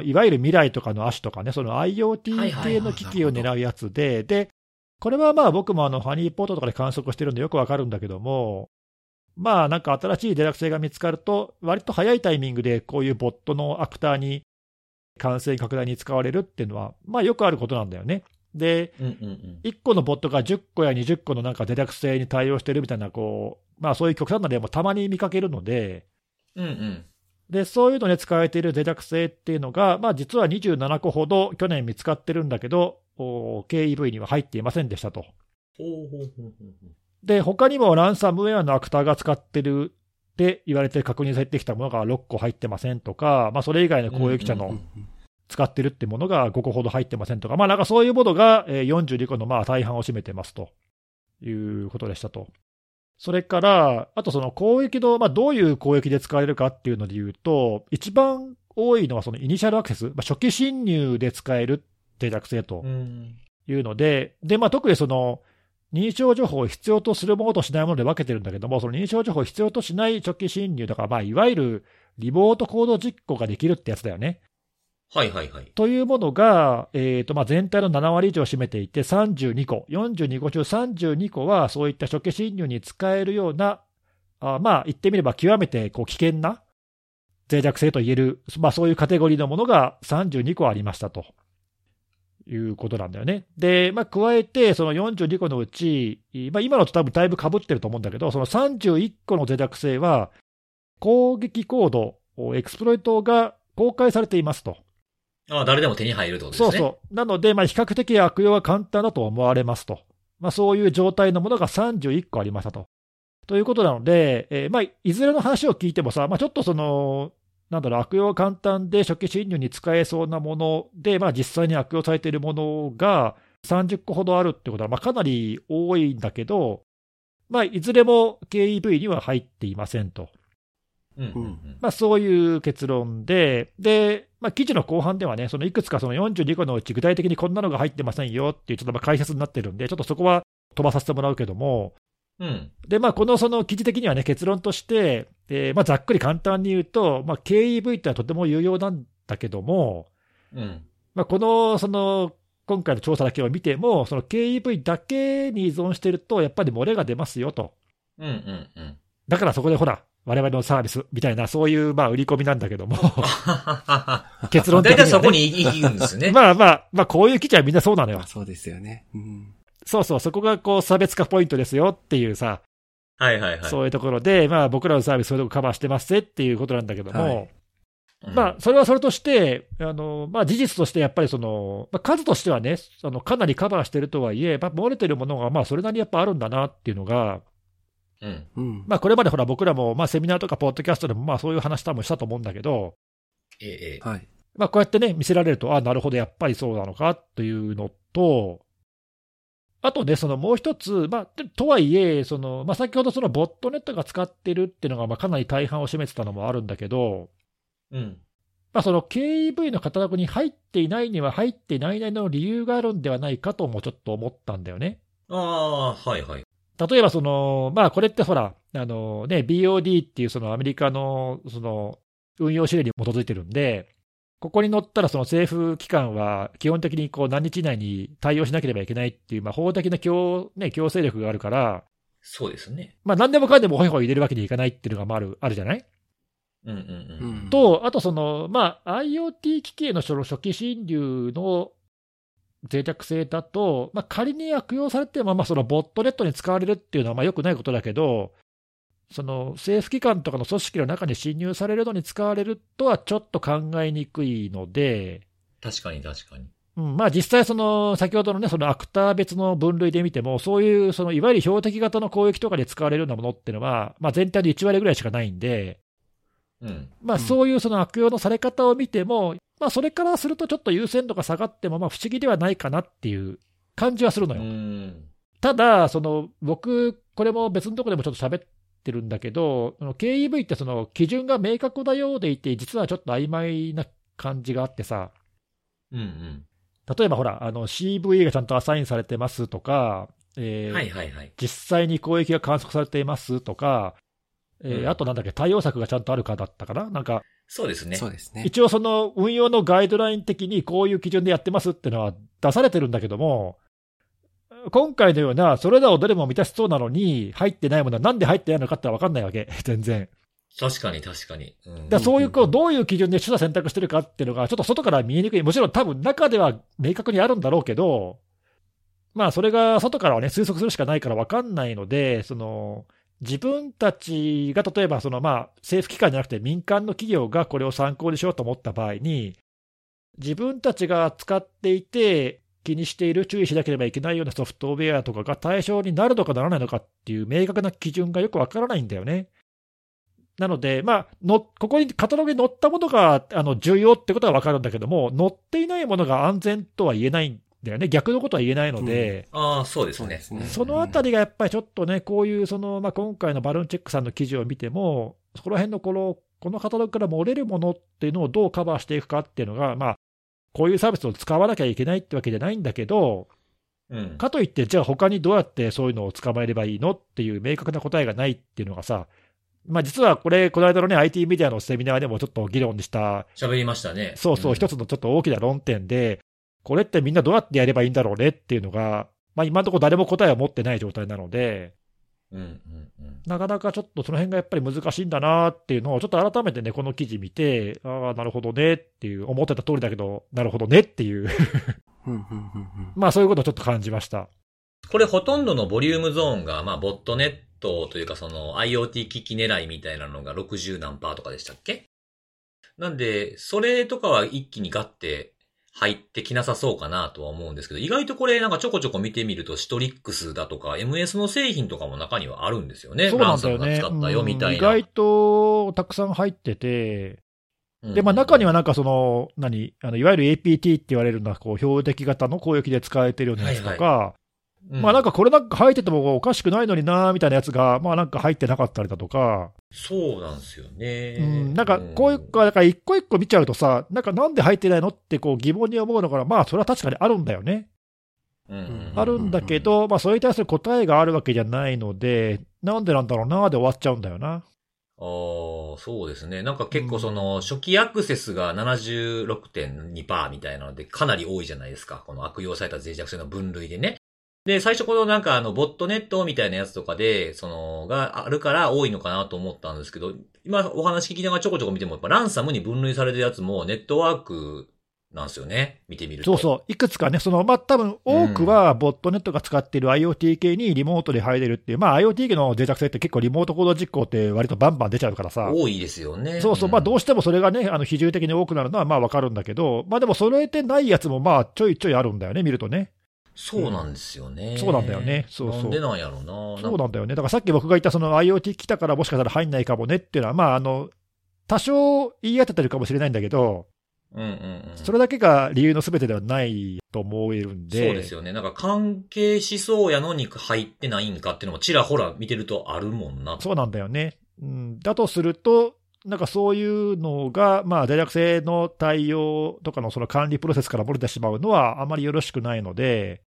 いわゆる未来とかの亜種とかね、その IoT 系の機器を狙うやつで、これはまあ僕もファニーポートとかで観測してるんでよくわかるんだけども、まあなんか新しい脆弱性が見つかると、割と早いタイミングでこういうボットのアクターに感染拡大に使われるっていうのは、まあよくあることなんだよね。で、1個のボットが10個や20個のなんか脆弱性に対応してるみたいな、こう、まあそういう極端な例もたまに見かけるので、で、そういうので使われている脆弱性っていうのが、まあ実は27個ほど去年見つかってるんだけど、KEV には入っていませんでしたと。で、他にもランサムウェアのアクターが使ってるって言われて確認されてきたものが6個入ってませんとか、まあそれ以外の攻撃者の使ってるってものが5個ほど入ってませんとか、まあなんかそういうものが42個のまあ大半を占めてますということでしたと。それから、あとその攻撃の、まあどういう攻撃で使われるかっていうので言うと、一番多いのはそのイニシャルアクセス、まあ、初期侵入で使える脆弱性というので、まあ特にその認証情報を必要とするものとしないもので分けてるんだけども、その認証情報を必要としない初期侵入とか、まあいわゆるリモートコード実行ができるってやつだよね。というものが、まあ、全体の7割以上を占めていて、32個、42個中32個は、そういった初期侵入に使えるような、まあ、言ってみれば極めてこう危険な脆弱性といえる、まあ、そういうカテゴリーのものが32個ありましたということなんだよね。で、まあ、加えて、その42個のうち、まあ、今のと多分だいぶ被ってると思うんだけど、その31個の脆弱性は、攻撃コード、エクスプロイトが公開されていますと。 誰でも手に入るってことですね。 そう。なので、まあ、比較的悪用は簡単だと思われますと。まあ、そういう状態のものが31個ありましたと。ということなので、まあ、いずれの話を聞いてもさ、まあ、ちょっとその、なんだろう、悪用は簡単で初期侵入に使えそうなもので、まあ、実際に悪用されているものが30個ほどあるってことは、まあ、かなり多いんだけど、まあ、いずれも KEV には入っていませんと。まあ、そういう結論で、まあ、記事の後半ではね、そのいくつかその42個のうち具体的にこんなのが入ってませんよっていうちょっとまあ解説になってるんで、ちょっとそこは飛ばさせてもらうけども、で、まあ、このその記事的にはね、結論として、まあ、ざっくり簡単に言うと、まあ、KEV ってのはとても有用なんだけども、 この、今回の調査だけを見ても、その KEV だけに依存していると、やっぱり漏れが出ますよと。 うんうんうん。 だからそこでほら、我々のサービスみたいな、そういう売り込みなんだけども、結論的には、ね。 だいたいそこに行くんですね。 まあ、こういう記事はみんなそうなのよ。 そうですよね。 そうそう、そこがこう差別化ポイントですよっていうさ、 はいはいはい。 そういうところで、僕らのサービスそういうとこカバーしてますっていうことなんだけども、 はい、 それはそれとして、事実としてやっぱり数としてはね、かなりカバーしてるとはいえ、漏れてるものがそれなりにやっぱあるんだなっていうのが、これまでほら僕らもセミナーとかポッドキャストでもそういう話多分したと思うんだけど、 はい。 こうやってね、見せられると、なるほど、やっぱりそうなのかというのと、あとね、もう一つ、とはいえ、先ほどボットネットが使ってるっていうのがかなり大半を占めてたのもあるんだけど、KEV のカタログに入っていないには入っていないなりの理由があるんではないかともちょっと思ったんだよね。 はいはい。 例えばこれってほら、BOD っていうアメリカの運用指令に基づいてるんで、ここに載ったら政府機関は基本的に何日以内に対応しなければいけないっていう、法的な強制力があるから、 そうですね。 何でもかんでもホイホイ入れるわけにいかないっていうのがあるじゃない。と、あとIoT 機器への初期侵入の脆弱性だと、仮に悪用されても、ボットネットに使われるっていうのは良くないことだけど、政府機関とかの組織の中に侵入されるのに使われるとはちょっと考えにくいので、 確かに。 実際先ほどのね、アクター別の分類で見ても、そういういわゆる標的型の攻撃とかで使われるようなものっていうのは、全体の1割ぐらいしかないんで、そういう悪用のされ方を見ても、それからするとちょっと優先度が下がっても、不思議ではないかなっていう感じはするのよ。ただ、僕、これも別のところでもちょっと喋ってるんだけど、KEV って基準が明確なようでいて、実はちょっと曖昧な感じがあってさ、例えばほら、CV がちゃんとアサインされてますとか、実際に攻撃が観測されていますとか、あと対応策がちゃんとあるかだったかな、 そうですね。 一応運用のガイドライン的にこういう基準でやってますっていうのは出されてるんだけども、今回のような、それらをどれも満たしそうなのに、入ってないものはなんで入ってないのかって分かんないわけ、全然。 確かに。 そういう、どういう基準で手段選択してるかっていうのが、ちょっと外から見えにくい。もちろん多分中では明確にあるんだろうけど、それが外からはね、推測するしかないから分かんないので、自分たちが例えば政府機関じゃなくて民間の企業がこれを参考にしようと思った場合に、自分たちが使っていて、気にしている、注意しなければいけないようなソフトウェアとかが対象になるのかならないのかっていう明確な基準がよくわからないんだよね。なので、ここにカタログに載ったものが重要ってことはわかるんだけども、載っていないものが安全とは言えないんだよね。逆のことは言えないので、 そうですね。 そのあたりがやっぱりちょっとね、こういう今回のバルーンチェックさんの記事を見ても、そこら辺のこのカタログから漏れるものっていうのをどうカバーしていくかっていうのが、こういうサービスを使わなきゃいけないってわけじゃないんだけど、かといって、じゃあ他にどうやってそういうのを捕まえればいいのっていう明確な答えがないっていうのがさ、実はこの間のね、IT メディアのセミナーでもちょっと議論にした。 喋りましたね。 そう、一つのちょっと大きな論点で、これってみんなどうやってやればいいんだろうねっていうのが、今のところ誰も答えを持ってない状態なので、なかなかちょっとその辺がやっぱり難しいんだなっていうのを、ちょっと改めてね、この記事見て、なるほどねっていう、思ってた通りだけど、なるほどねっていうそういうことをちょっと感じました。 これほとんどのボリュームゾーンが、ボットネットというかIoT 機器狙いみたいなのが60何%とかでしたっけ？なんで、それとかは一気にガッて入ってきなさそうかなとは思うんですけど、意外とこれちょこちょこ見てみると、シトリックスだとか MS の製品とかも中にはあるんですよね。 そうなんだよね。 ランサムが使ったよみたいな。 意外とたくさん入ってて、で、中にはいわゆる APT って言われるような標的型の攻撃で使われてるようなやつとか、これ入っててもおかしくないのになーみたいなやつが、入ってなかったりだとか。 そうなんですよね。 こういう、一個一個見ちゃうとさ、なんで入ってないのって疑問に思うのから、それは確かにあるんだよね。あるんだけど、それに対する答えがあるわけじゃないので、なんでなんだろうなーで終わっちゃうんだよな。 そうですね。なんか結構その、初期アクセスが 76.2% みたいなので、かなり多いじゃないですか。この悪用された脆弱性の分類でね。で、最初このなんかボットネットみたいなやつとかで、があるから多いのかなと思ったんですけど、今お話聞きながらちょこちょこ見ても、やっぱランサムに分類されてるやつもネットワークなんですよね。見てみると。 そうそう。いくつかね、多分多くはボットネットが使っている IoT 系にリモートで入れるっていう、IoT 系の脆弱性って結構リモートコード実行って割とバンバン出ちゃうからさ。 多いですよね。 そうそう。どうしてもそれがね、比重的に多くなるのはわかるんだけど、でも揃えてないやつもちょいちょいあるんだよね、見るとね。 そうなんですよね。 そうなんだよね。そうそう。 なんでなんやろうな。 そうなんだよね。だからさっき僕が言ったIoT 来たからもしかしたら入んないかもねっていうのは、多少言い当ててるかもしれないんだけど、それだけが理由のすべてではないと思えるんで。 そうですよね。なんか関係しそうやのに入ってないんかっていうのもちらほら見てるとあるもんな。 そうなんだよね。だとすると、なんかそういうのが、脆弱性の対応とかのその管理プロセスから漏れてしまうのはあまりよろしくないので、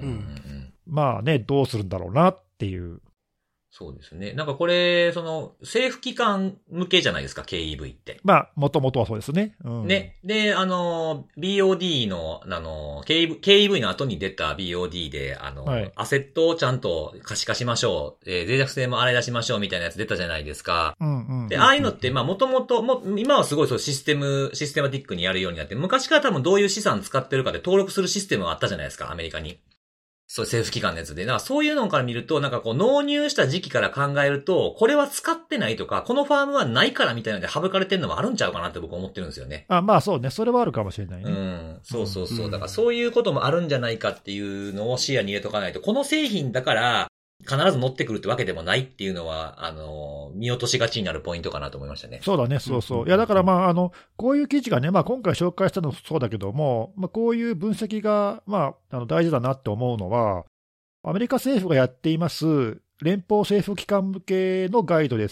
どうするんだろうなっていう。 そうですね。なんかこれ、政府機関向けじゃないですか、KEV って。 もともとはそうですね。 ね。で、BOD の、KEV の後に出た BOD で、アセットをちゃんと可視化しましょう。脆弱性も洗い出しましょうみたいなやつ出たじゃないですか。で、ああいうのって、もともと、今はすごいシステマティックにやるようになって、昔から多分どういう資産使ってるかで登録するシステムがあったじゃないですか、アメリカに。そう、政府機関のやつで。だからそういうのから見ると、なんか納入した時期から考えると、これは使ってないとか、このファームはないからみたいなので省かれてるのもあるんちゃうかなって僕は思ってるんですよね。 そうね。それはあるかもしれないね。 そう。だからそういうこともあるんじゃないかっていうのを視野に入れとかないと、この製品だから、必ず乗ってくるってわけでもないっていうのは、見落としがちになるポイントかなと思いましたね。 そうだね、そうそう。いや、だからこういう記事がね、今回紹介したのもそうだけども、こういう分析が、大事だなって思うのは、アメリカ政府がやっています連邦政府機関向けのガイドです。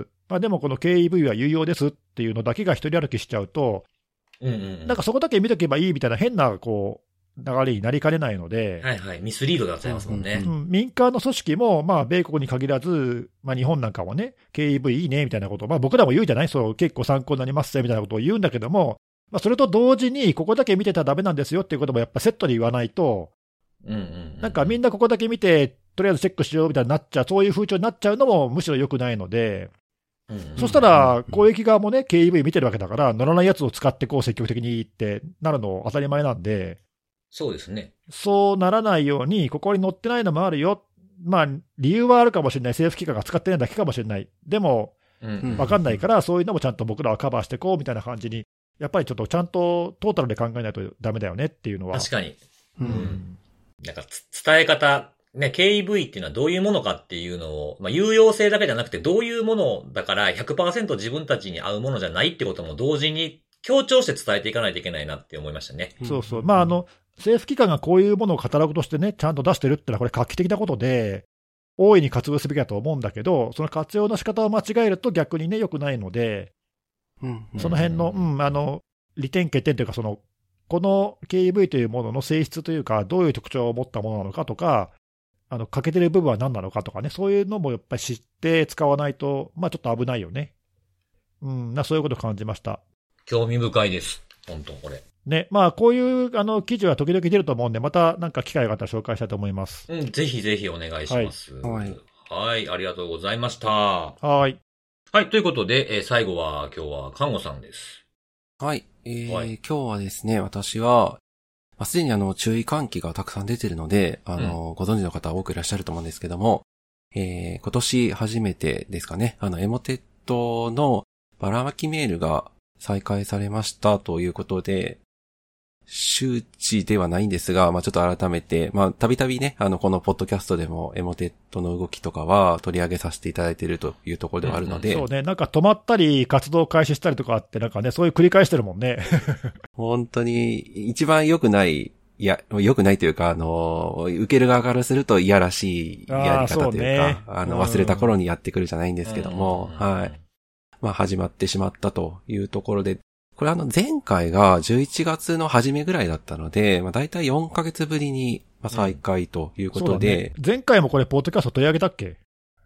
でもこの KEV は有用ですっていうのだけが一人歩きしちゃうと、なんかそこだけ見とけばいいみたいな変な流れになりかねないので、 ミスリードでなっちゃいますもんね。 民間の組織も、米国に限らず、日本なんかもね、KEV いいねみたいなことを、僕らも言うじゃない、そう結構参考になりますみたいなことを言うんだけども、それと同時に、ここだけ見てたらダメなんですよっていうこともやっぱセットで言わないと、なんかみんなここだけ見て、とりあえずチェックしようみたいになっちゃう、そういう風潮になっちゃうのもむしろ良くないので、そしたら公益側もね、KEV 見てるわけだから、乗らないやつを使って積極的にってなるの当たり前なんで、 そうですね。 そうならないように、ここに載ってないのもあるよ。理由はあるかもしれない。政府機関が使ってないだけかもしれない。でも、わかんないから、そういうのもちゃんと僕らはカバーしていこうみたいな感じに、やっぱりちょっとちゃんとトータルで考えないとダメだよねっていうのは。 確かに。なんか伝え方、ね、KEV っていうのはどういうものかっていうのを、有用性だけじゃなくてどういうものだから 100% 自分たちに合うものじゃないってことも同時に強調して伝えていかないといけないなって思いましたね。 そうそう。政府機関がこういうものをカタログとしてね、ちゃんと出してるってのはこれ画期的なことで、大いに活用すべきだと思うんだけど、その活用の仕方を間違えると逆にね、良くないので、その辺の、利点欠点というか、この KEV というものの性質というか、どういう特徴を持ったものなのかとか、欠けてる部分は何なのかとかね、そういうのもやっぱり知って使わないと、ちょっと危ないよね。そういうことを感じました。 興味深いです。本当これ。 ね、こういう記事は時々出ると思うんで、またなんか機会があったら紹介したいと思います。 ぜひぜひお願いします。はい、ありがとうございました。 はい。 はい、ということで、最後は今日は看護さんです。 はい。今日はですね、私は、すでに注意喚起がたくさん出てるので、ご存知の方多くいらっしゃると思うんですけども、今年初めてですかね、エモテットのばらまきメールが再開されましたということで、周知ではないんですが、ちょっと改めて、たびたびね、このポッドキャストでもエモテットの動きとかは取り上げさせていただいているというところではあるので。 そうね、なんか止まったり活動開始したりとかあって、なんかね、そういう繰り返してるもんね。 本当に、一番良くない、良くないというか、受ける側からするといやらしいやり方というか、忘れた頃にやってくるじゃないんですけども、はい。始まってしまったというところで、これ前回が11月の初めぐらいだったので、だいたい4ヶ月ぶりに再開ということで、 前回もこれポッドキャスト取り上げたっけ？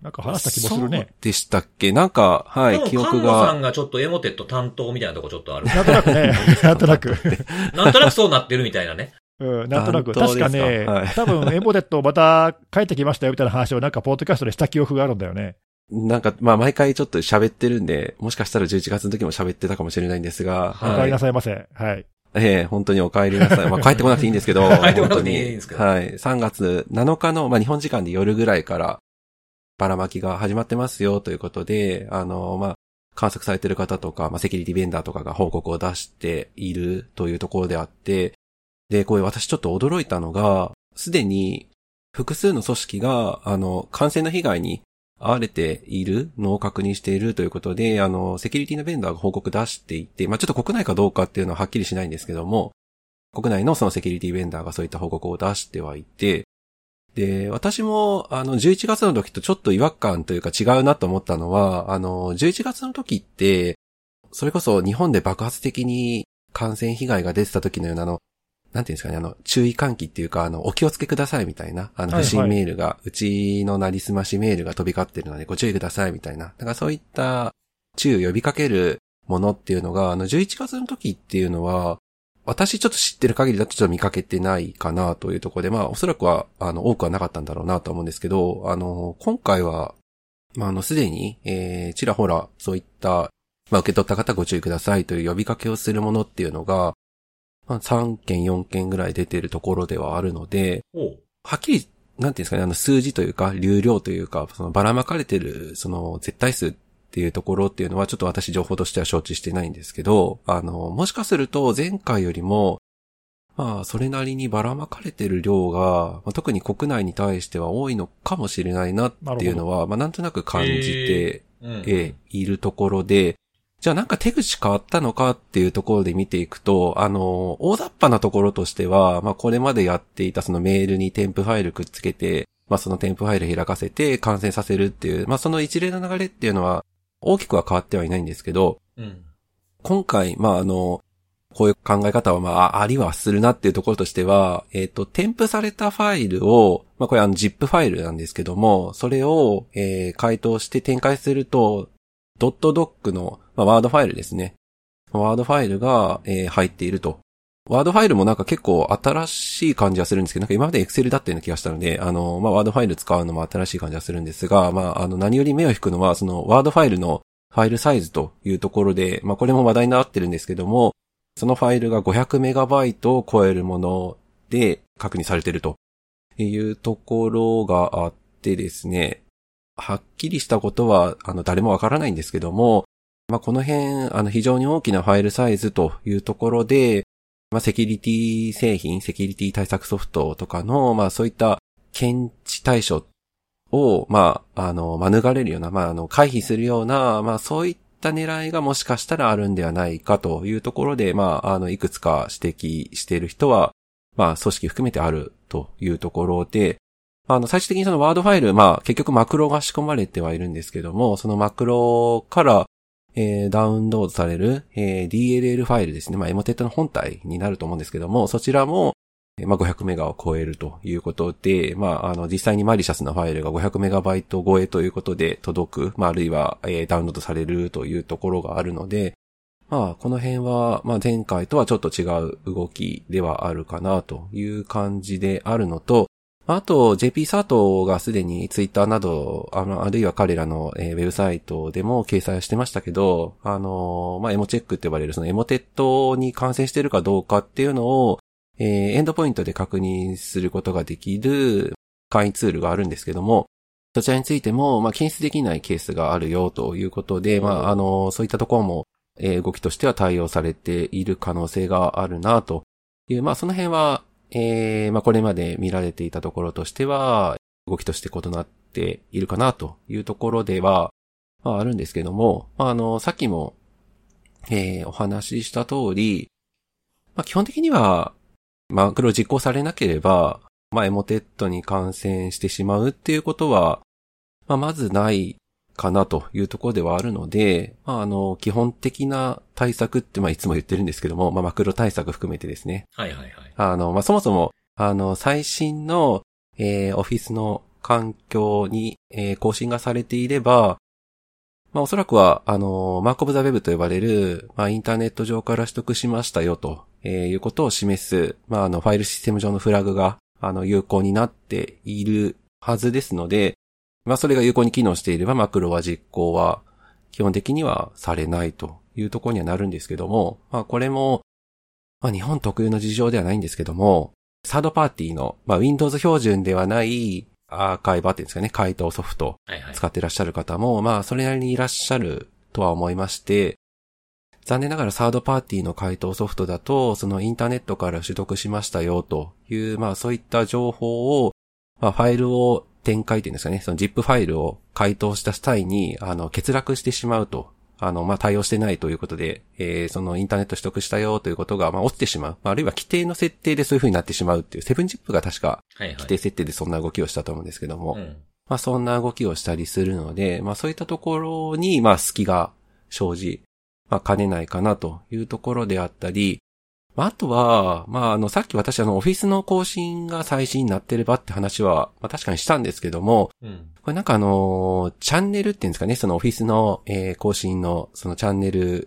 なんか話した気もするね。 そうでしたっけ？なんか、はい、記憶が。 菅野さんがちょっとエモテット担当みたいなとこちょっとある。 なんとなくね。なんとなく。 なんとなくそうなってるみたいなね。 うん、なんとなく。確かね、 はい、 多分エモテットまた帰ってきましたよみたいな話をなんかポッドキャストでした記憶があるんだよね。 なんか、まあ毎回ちょっと喋ってるんで、もしかしたら11月の時も喋ってたかもしれないんですが。 お帰りなさいませ。はい。 本当にお帰りなさい。まあ帰ってこなくていいんですけど。 帰ってこなくていいんですけど。 はい。3月7日の、まあ日本時間で夜ぐらいから、ばらまきが始まってますよということで、まあ、観測されてる方とか、まあセキュリティベンダーとかが報告を出しているというところであって、で、これ私ちょっと驚いたのが、すでに複数の組織が、感染の被害に遭われているのを確認しているということで、セキュリティのベンダーが報告出していて、まあ、ちょっと国内かどうかっていうのははっきりしないんですけども、国内のそのセキュリティベンダーがそういった報告を出してはいて、で、私も、11月の時とちょっと違和感というか違うなと思ったのは、11月の時って、それこそ日本で爆発的に感染被害が出てた時のようななんていうんですかね、注意喚起っていうか、お気をつけくださいみたいな、不審メールが、はいはい、うちのなりすましメールが飛び交ってるのでご注意くださいみたいな。だからそういった注意を呼びかけるものっていうのが、11月の時っていうのは、私ちょっと知ってる限りだとちょっと見かけてないかなというところで、まあおそらくは、多くはなかったんだろうなと思うんですけど、今回は、まあすでに、ちらほら、そういった、まあ受け取った方ご注意くださいという呼びかけをするものっていうのが、まあ、3件4件ぐらい出ているところではあるので、はっきり、なんていうんですかね、数字というか、流量というか、そのばらまかれてる、その絶対数っていうところっていうのは、ちょっと私情報としては承知してないんですけど、もしかすると前回よりも、まあ、それなりにばらまかれてる量が、まあ、特に国内に対しては多いのかもしれないなっていうのは、まあ、なんとなく感じて、いるところで、じゃあなんか手口変わったのかっていうところで見ていくと、大雑把なところとしては、まあこれまでやっていたそのメールに添付ファイルくっつけて、まあその添付ファイル開かせて感染させるっていう、まあその一連の流れっていうのは大きくは変わってはいないんですけど、今回、まあこういう考え方はまあありはするなっていうところとしては、添付されたファイルを、まあこれZIP ファイルなんですけども、それを、解凍して展開すると、ドットドックの、まあ、ワードファイルですね。ワードファイルが、入っていると。ワードファイルもなんか結構新しい感じはするんですけど、なんか今まで Excel だったような気がしたので、まあ、ワードファイル使うのも新しい感じはするんですが、まあ、何より目を引くのは、そのワードファイルのファイルサイズというところで、まあ、これも話題になってるんですけども、そのファイルが500メガバイトを超えるもので確認されているというところがあってですね、はっきりしたことは、誰もわからないんですけども、まあ、この辺、非常に大きなファイルサイズというところで、まあ、セキュリティ製品、セキュリティ対策ソフトとかの、まあ、そういった検知対処を、まあ、免れるような、まあ、回避するような、まあ、そういった狙いがもしかしたらあるんではないかというところで、まあ、いくつか指摘している人は、まあ、組織含めてあるというところで、最終的にそのワードファイル、まあ結局マクロが仕込まれてはいるんですけども、そのマクロから、ダウンロードされる、DLL ファイルですね。まあエモテットの本体になると思うんですけども、そちらも、まあ500メガを超えるということで、まあ実際にマリシャスなファイルが500メガバイト超えということで届く、まああるいは、ダウンロードされるというところがあるので、まあこの辺は、まあ前回とはちょっと違う動きではあるかなという感じであるのと、あと、JP 佐藤がすでにツイッターなど、あるいは彼らの、ウェブサイトでも掲載してましたけど、まあ、エモチェックって呼ばれるそのエモテットに感染しているかどうかっていうのを、エンドポイントで確認することができる簡易ツールがあるんですけども、そちらについても、まあ、検出できないケースがあるよということで、まあ、そういったところも、動きとしては対応されている可能性があるなという、まあ、その辺は、まあこれまで見られていたところとしては、動きとして異なっているかなというところでは、まああるんですけども、まあさっきも、お話しした通り、まあ基本的には、マクロ実行されなければ、まあエモテットに感染してしまうっていうことは、まあまずないかなというところではあるので、まあ基本的な対策ってまあいつも言ってるんですけども、まあマクロ対策含めてですね。 はいはいはい。 まあそもそも、最新の、オフィスの環境に、更新がされていれば、おそらくは、マークオブザウェブと呼ばれる、インターネット上から取得しましたよと、いうことを示す、ファイルシステム上のフラグが、有効になっているはずですので、それが有効に機能していれば、マクロは実行は、基本的にはされないというところにはなるんですけども、これも、日本特有の事情ではないんですけども、サードパーティーの、Windows 標準ではないアーカイバーっていうんですかね、解凍ソフト使ってらっしゃる方も、それなりにいらっしゃるとは思いまして、残念ながらサードパーティーの解凍ソフトだと、そのインターネットから取得しましたよという、そういった情報を、ファイルを展開っていうんですかね、その ZIP ファイルを解凍した際に、欠落してしまうと。対応してないということで、そのインターネット取得したよということが、落ちてしまう。あるいは規定の設定でそういう風になってしまうっていう、7ZIP が確か、規定設定でそんな動きをしたと思うんですけども、そんな動きをしたりするので、そういったところに、隙が生じ、兼ねないかなというところであったり、あとは、さっき私オフィスの更新が最新になってればって話は、確かにしたんですけども、これなんかチャンネルっていうんですかね、そのオフィスの、更新の、そのチャンネル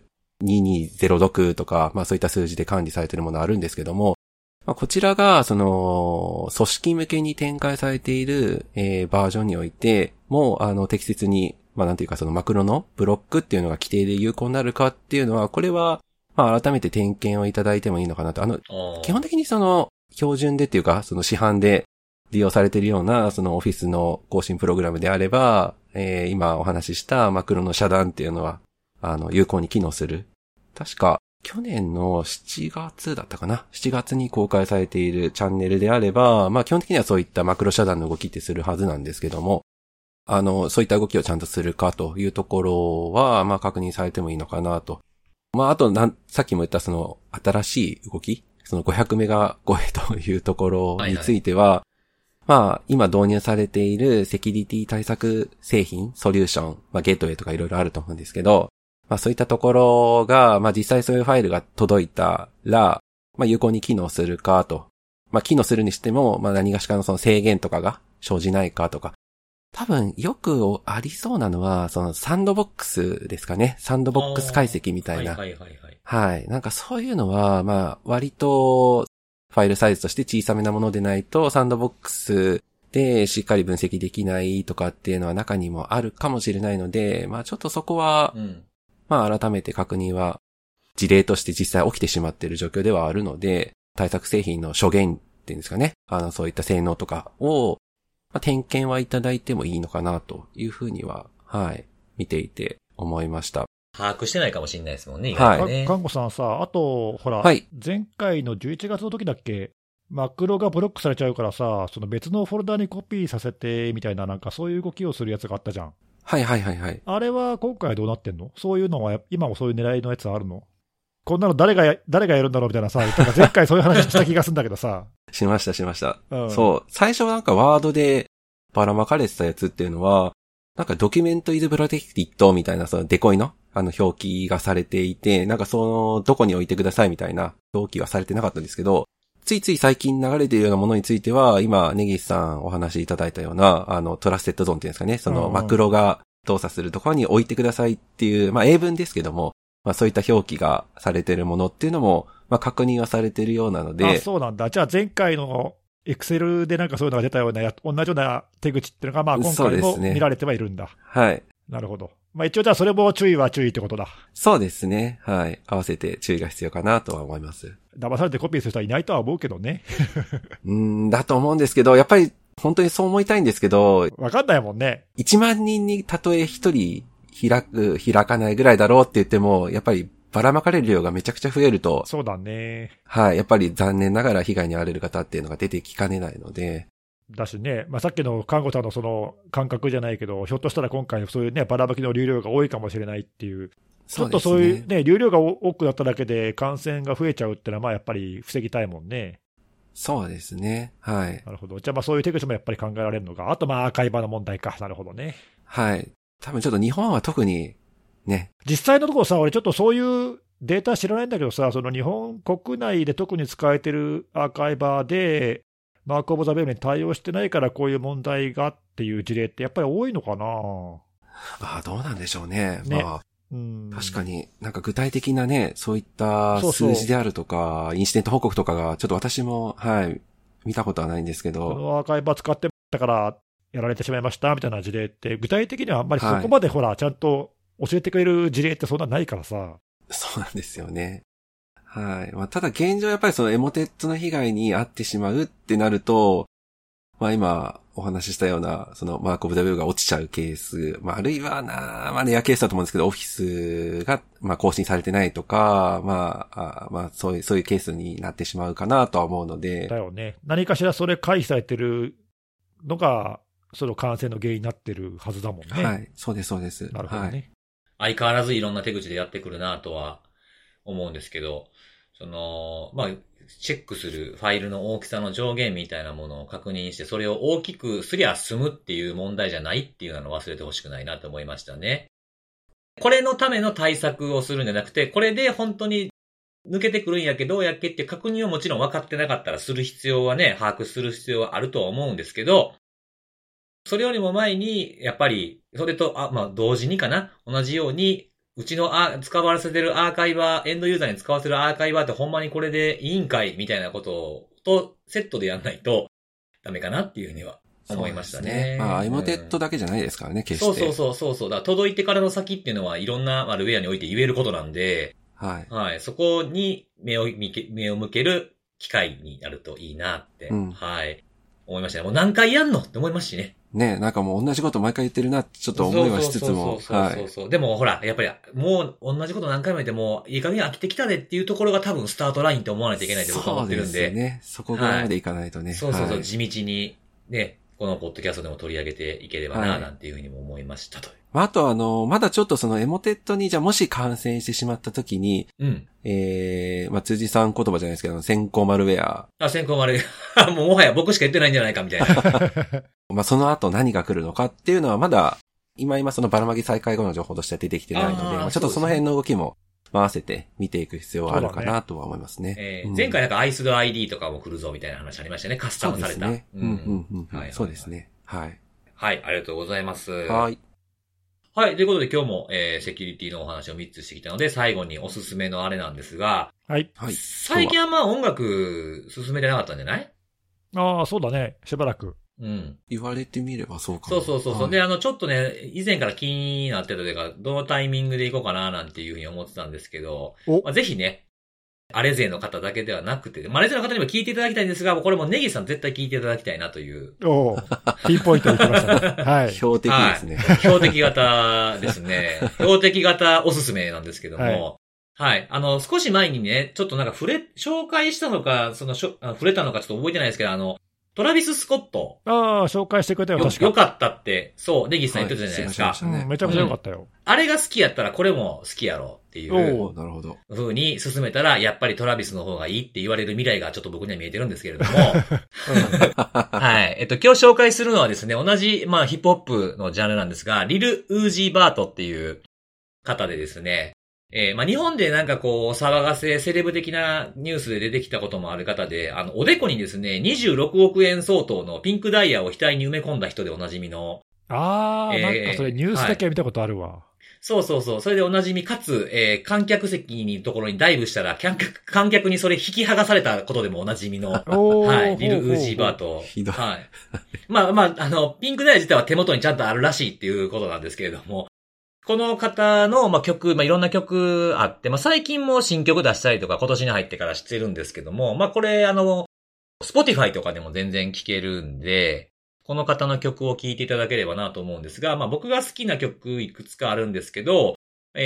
2206とか、そういった数字で管理されているものあるんですけども、こちらが、その、組織向けに展開されている、バージョンにおいて、もう、適切に、なんていうかそのマクロのブロックっていうのが規定で有効になるかっていうのは、これは、改めて点検をいただいてもいいのかなと。基本的にその、標準でっていうか、その市販で利用されているような、そのオフィスの更新プログラムであれば、今お話ししたマクロの遮断っていうのは、有効に機能する。確か、去年の7月だったかな ?7 月に公開されているチャンネルであれば、基本的にはそういったマクロ遮断の動きってするはずなんですけども、そういった動きをちゃんとするかというところは、確認されてもいいのかなと。あとさっきも言ったその新しい動き、その500メガ超えというところについては、今導入されているセキュリティ対策製品、ソリューション、ゲートウェイとかいろいろあると思うんですけど、そういったところが、実際そういうファイルが届いたら、有効に機能するかと。機能するにしても、何がしかのその制限とかが生じないかとか。多分よくありそうなのは、そのサンドボックスですかね。サンドボックス解析みたいな。はい。なんかそういうのは、割とファイルサイズとして小さめなものでないと、サンドボックスでしっかり分析できないとかっていうのは中にもあるかもしれないので、ちょっとそこは、改めて確認は事例として実際起きてしまっている状況ではあるので、対策製品の諸言っていうんですかね。そういった性能とかを、点検はいただいてもいいのかなというふうには、見ていて思いました。 把握してないかもしれないですもんね、意外とね。 看護さんさ、あと、ほら、前回の11月の時だっけ、マクロがブロックされちゃうからさ、その別のフォルダにコピーさせてみたいな、なんかそういう動きをするやつがあったじゃん。あれは今回はどうなってんの？そういうのは、今もそういう狙いのやつあるの？こんなの誰がやるんだろうみたいなさ、前回そういう話した気がするんだけどさ。 しました。そう。最初なんかワードでばらまかれてたやつっていうのは、なんかドキュメントイズプロテクティッドみたいなそのデコイの表記がされていて、なんかそのどこに置いてくださいみたいな表記はされてなかったんですけど、ついつい最近流れているようなものについては、今根岸さんお話しいただいたようなトラステッドゾーンっていうんですかね、そのマクロが動作するところに置いてくださいっていう、英文ですけども、そういった表記がされているものっていうのも、確認はされているようなので。 そうなんだ。じゃあ前回のエクセルでなんかそういうのが出たような同じような手口っていうのが、今回も見られてはいるんだ。 はい。 なるほど。一応じゃあそれも注意ってことだ。 そうですね。はい。合わせて注意が必要かなとは思います。 騙されてコピーする人はいないとは思うけどね。 だと思うんですけど、やっぱり本当にそう思いたいんですけど。 わかんないもんね。 1万人にたとえ1人開かないぐらいだろうって言っても、やっぱりばらまかれる量がめちゃくちゃ増えると。 そうだね。 はい。やっぱり残念ながら被害に遭われる方っていうのが出てきかねないので。 だしね、さっきの看護さんのその感覚じゃないけど、ひょっとしたら今回そういうね、ばらまきの流量が多いかもしれないっていう。ちょっとそういうね、流量が多くなっただけで感染が増えちゃうってのは、やっぱり防ぎたいもんね。 そうですね。はい。 なるほど。じゃあそういう手口もやっぱり考えられるのか。あとアーカイバーの問題か。なるほどね。 はい。多分ちょっと日本は特にね。 実際のところさ、俺ちょっとそういうデータ知らないんだけどさ、その日本国内で特に使えてるアーカイバーで、 マーク・オブ・ザ・ベールに対応してないからこういう問題がっていう事例ってやっぱり多いのかな。 ああ、どうなんでしょうね。 ね、 まあ、 うん、 確かになんか具体的なね、そういった数字であるとか、インシデント報告とかがちょっと私も、はい、見たことはないんですけど。 このアーカイブは使ってたからやられてしまいましたみたいな事例って具体的にはあんまりそこまでほら、ちゃんと教えてくれる事例ってそんなないからさ。 そうなんですよね。はい。まあ、ただ現状やっぱりそのエモテットの被害に遭ってしまうってなると、まあ今お話ししたような、そのマークオブザベルが落ちちゃうケース、まああるいはまあレアケースだと思うんですけど、オフィスがまあ更新されてないとか、まあそういうケースになってしまうかなとは思うので。 だよね。何かしらそれ回避されてるのが、その感染の原因になってるはずだもんね。 はい。そうです、そうです。 なるほどね。 はい、 相変わらずいろんな手口でやってくるなとは思うんですけど、まあ、チェックするファイルの大きさの上限みたいなものを確認して、それを大きくすりゃ済むっていう問題じゃないっていうのを忘れてほしくないなと思いましたね。これのための対策をするんじゃなくて、これで本当に抜けてくるんやけど、どうやっけっていう確認をもちろん分かってなかったらする必要はね、把握する必要はあるとは思うんですけど、それよりも前に、やっぱり、それと、まあ、同時にかな、同じように、うちの使わせてるアーカイバー、エンドユーザーに使わせるアーカイバーってほんまにこれでいいんかいみたいなこととセットでやんないとダメかなっていうふうには思いましたね。 まあ、エモテットだけじゃないですからね、決して。 そう。だから届いてからの先っていうのはいろんなマルウェアにおいて言えることなんで、 はい。 はい。そこに目を向ける機会になるといいなって、はい。思いましたね。もう何回やんのって思いますしね。 ね、なんかもう同じこと毎回言ってるなってちょっと思いはしつつも。 そう。でもほら、やっぱりもう同じこと何回も言ってもいい加減飽きてきたでっていうところが多分スタートラインって思わないといけないって僕は思ってるんで。 そうですね。そこぐらいまでいかないとね。 そう、地道にね、このポッドキャストでも取り上げていければな、なんていうふうにも思いましたと。 あとまだちょっとそのエモテットにじゃあもし感染してしまった時に、まあ、辻さん言葉じゃないですけど、先行マルウェア。 先行マルウェア。もうもはや僕しか言ってないんじゃないかみたいな。 まあ、その後何が来るのかっていうのはまだ、今そのバラマギ再開後の情報としては出てきてないので、まあ、ちょっとその辺の動きも回せて見ていく必要はあるかなとは思いますね。 前回なんかアイスド ID とかも来るぞみたいな話ありましたね。カスタムされた。 そうですね。はい。 はい、ありがとうございます。 はい。 はい。ということで今日も、セキュリティのお話を3つしてきたので、最後におすすめのあれなんですが、 はい。 最近はまあ音楽進めてなかったんじゃない？ ああ、そうだね。しばらく。 言われてみればそうかな。 そう。で、ちょっとね、以前から気になってたというか、どのタイミングで行こうかななんていうふうに思ってたんですけど、まあ、ぜひね、アレ勢の方だけではなくて、アレ勢の方にも聞いていただきたいんですが、これもネギさん絶対聞いていただきたいなという。 ピンポイントに来ましたね。はい。 標的ですね。 標的型ですね。標的型おすすめなんですけども、はい。少し前にね、ちょっとなんか紹介したのか、触れたのかちょっと覚えてないですけど、トラビス・スコット。 紹介してくれたよ、確か。 よかったって、そう、ネギさん言ってたじゃないですか。 めちゃくちゃよかったよ。 あれが好きやったらこれも好きやろっていう。 なるほど。 風に進めたら、やっぱりトラビスの方がいいって言われる未来がちょっと僕には見えてるんですけれども。はい。今日紹介するのはですね、同じ、まあ、ヒップホップのジャンルなんですが、リル・ウージー・バートっていう方でですね、まあ、日本でなんかこう、騒がせ、セレブ的なニュースで出てきたこともある方で、おでこにですね、26億円相当のピンクダイヤを額に埋め込んだ人でおなじみの。 なんかそれニュースだけ見たことあるわ。 そう。それでおなじみ、かつ、観客席にところにダイブしたら、観客にそれ引き剥がされたことでもおなじみの、はい、リル・ウージー・バート。 ひどい。 はい。まあ、ピンクダイヤ自体は手元にちゃんとあるらしいっていうことなんですけれども、この方の、まあ、曲、まあ、いろんな曲あって、まあ、最近も新曲出したりとか今年に入ってからしてるんですけども、まあ、これSpotify とかでも全然聴けるんで、この方の曲を聴いていただければなと思うんですが、まあ、僕が好きな曲いくつかあるんですけど、The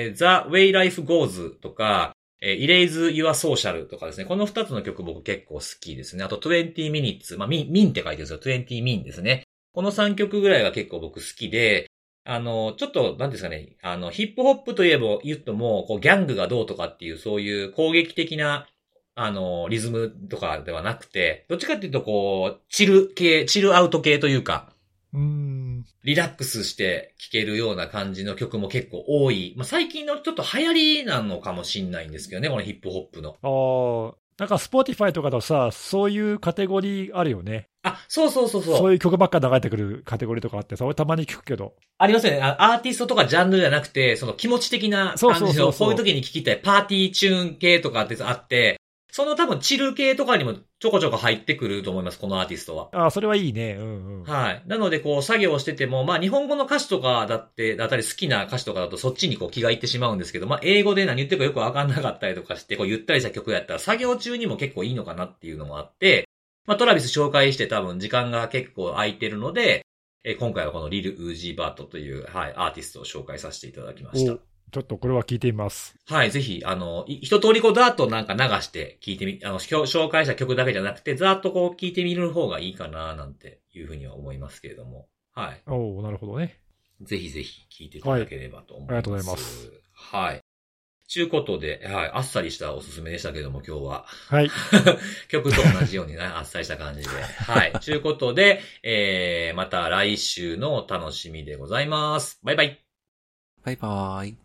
Way Life Goes とか、Erase Your Social とかですね、この2つの曲僕結構好きですね。あと20 Minutes、まあ、ミンって書いてるんですよ。20 Min ですね。この3曲ぐらいが結構僕好きで、ちょっと、なんですかね、ヒップホップといえば言っても、こう、ギャングがどうとかっていう、そういう攻撃的な、リズムとかではなくて、どっちかっていうと、こう、チルアウト系というか、リラックスして聴けるような感じの曲も結構多い。まあ、最近のちょっと流行りなのかもしんないんですけどね、このヒップホップの。 なんか、スポーティファイとかだとさ、そういうカテゴリーあるよね。 あ、そう。 そういう曲ばっか流れてくるカテゴリーとかあってさ、俺たまに聞くけど。 ありますよね。アーティストとかジャンルじゃなくて、その気持ち的な感じの、こういう時に聴きたいパーティーチューン系とかってあって、その多分チル系とかにもちょこちょこ入ってくると思います、このアーティストは。 ああ、それはいいね。 はい。なので、こう、作業してても、まあ、日本語の歌詞とかだったり好きな歌詞とかだとそっちにこう気がいってしまうんですけど、まあ、英語で何言ってるかよくわかんなかったりとかして、こう、ゆったりした曲やったら作業中にも結構いいのかなっていうのもあって、まあ、トラビス紹介して多分時間が結構空いてるので、今回はこのリル・ウージー・バートという、はい、アーティストを紹介させていただきました。 ちょっとこれは聞いてみます。 はい、ぜひ、一通りこう、ざーっとなんか流して聞いて紹介した曲だけじゃなくて、ざーっとこう聞いてみる方がいいかな、なんていうふうには思いますけれども。はい。 なるほどね。 ぜひぜひ聞いていただければと思います。 ありがとうございます。 はい。ちゅうことで、はい、あっさりしたおすすめでしたけども、今日は。 はい。 曲と同じようにね、あっさりした感じで。はい。ちゅうことで、また来週のお楽しみでございます。バイバイ。 バイバーイ。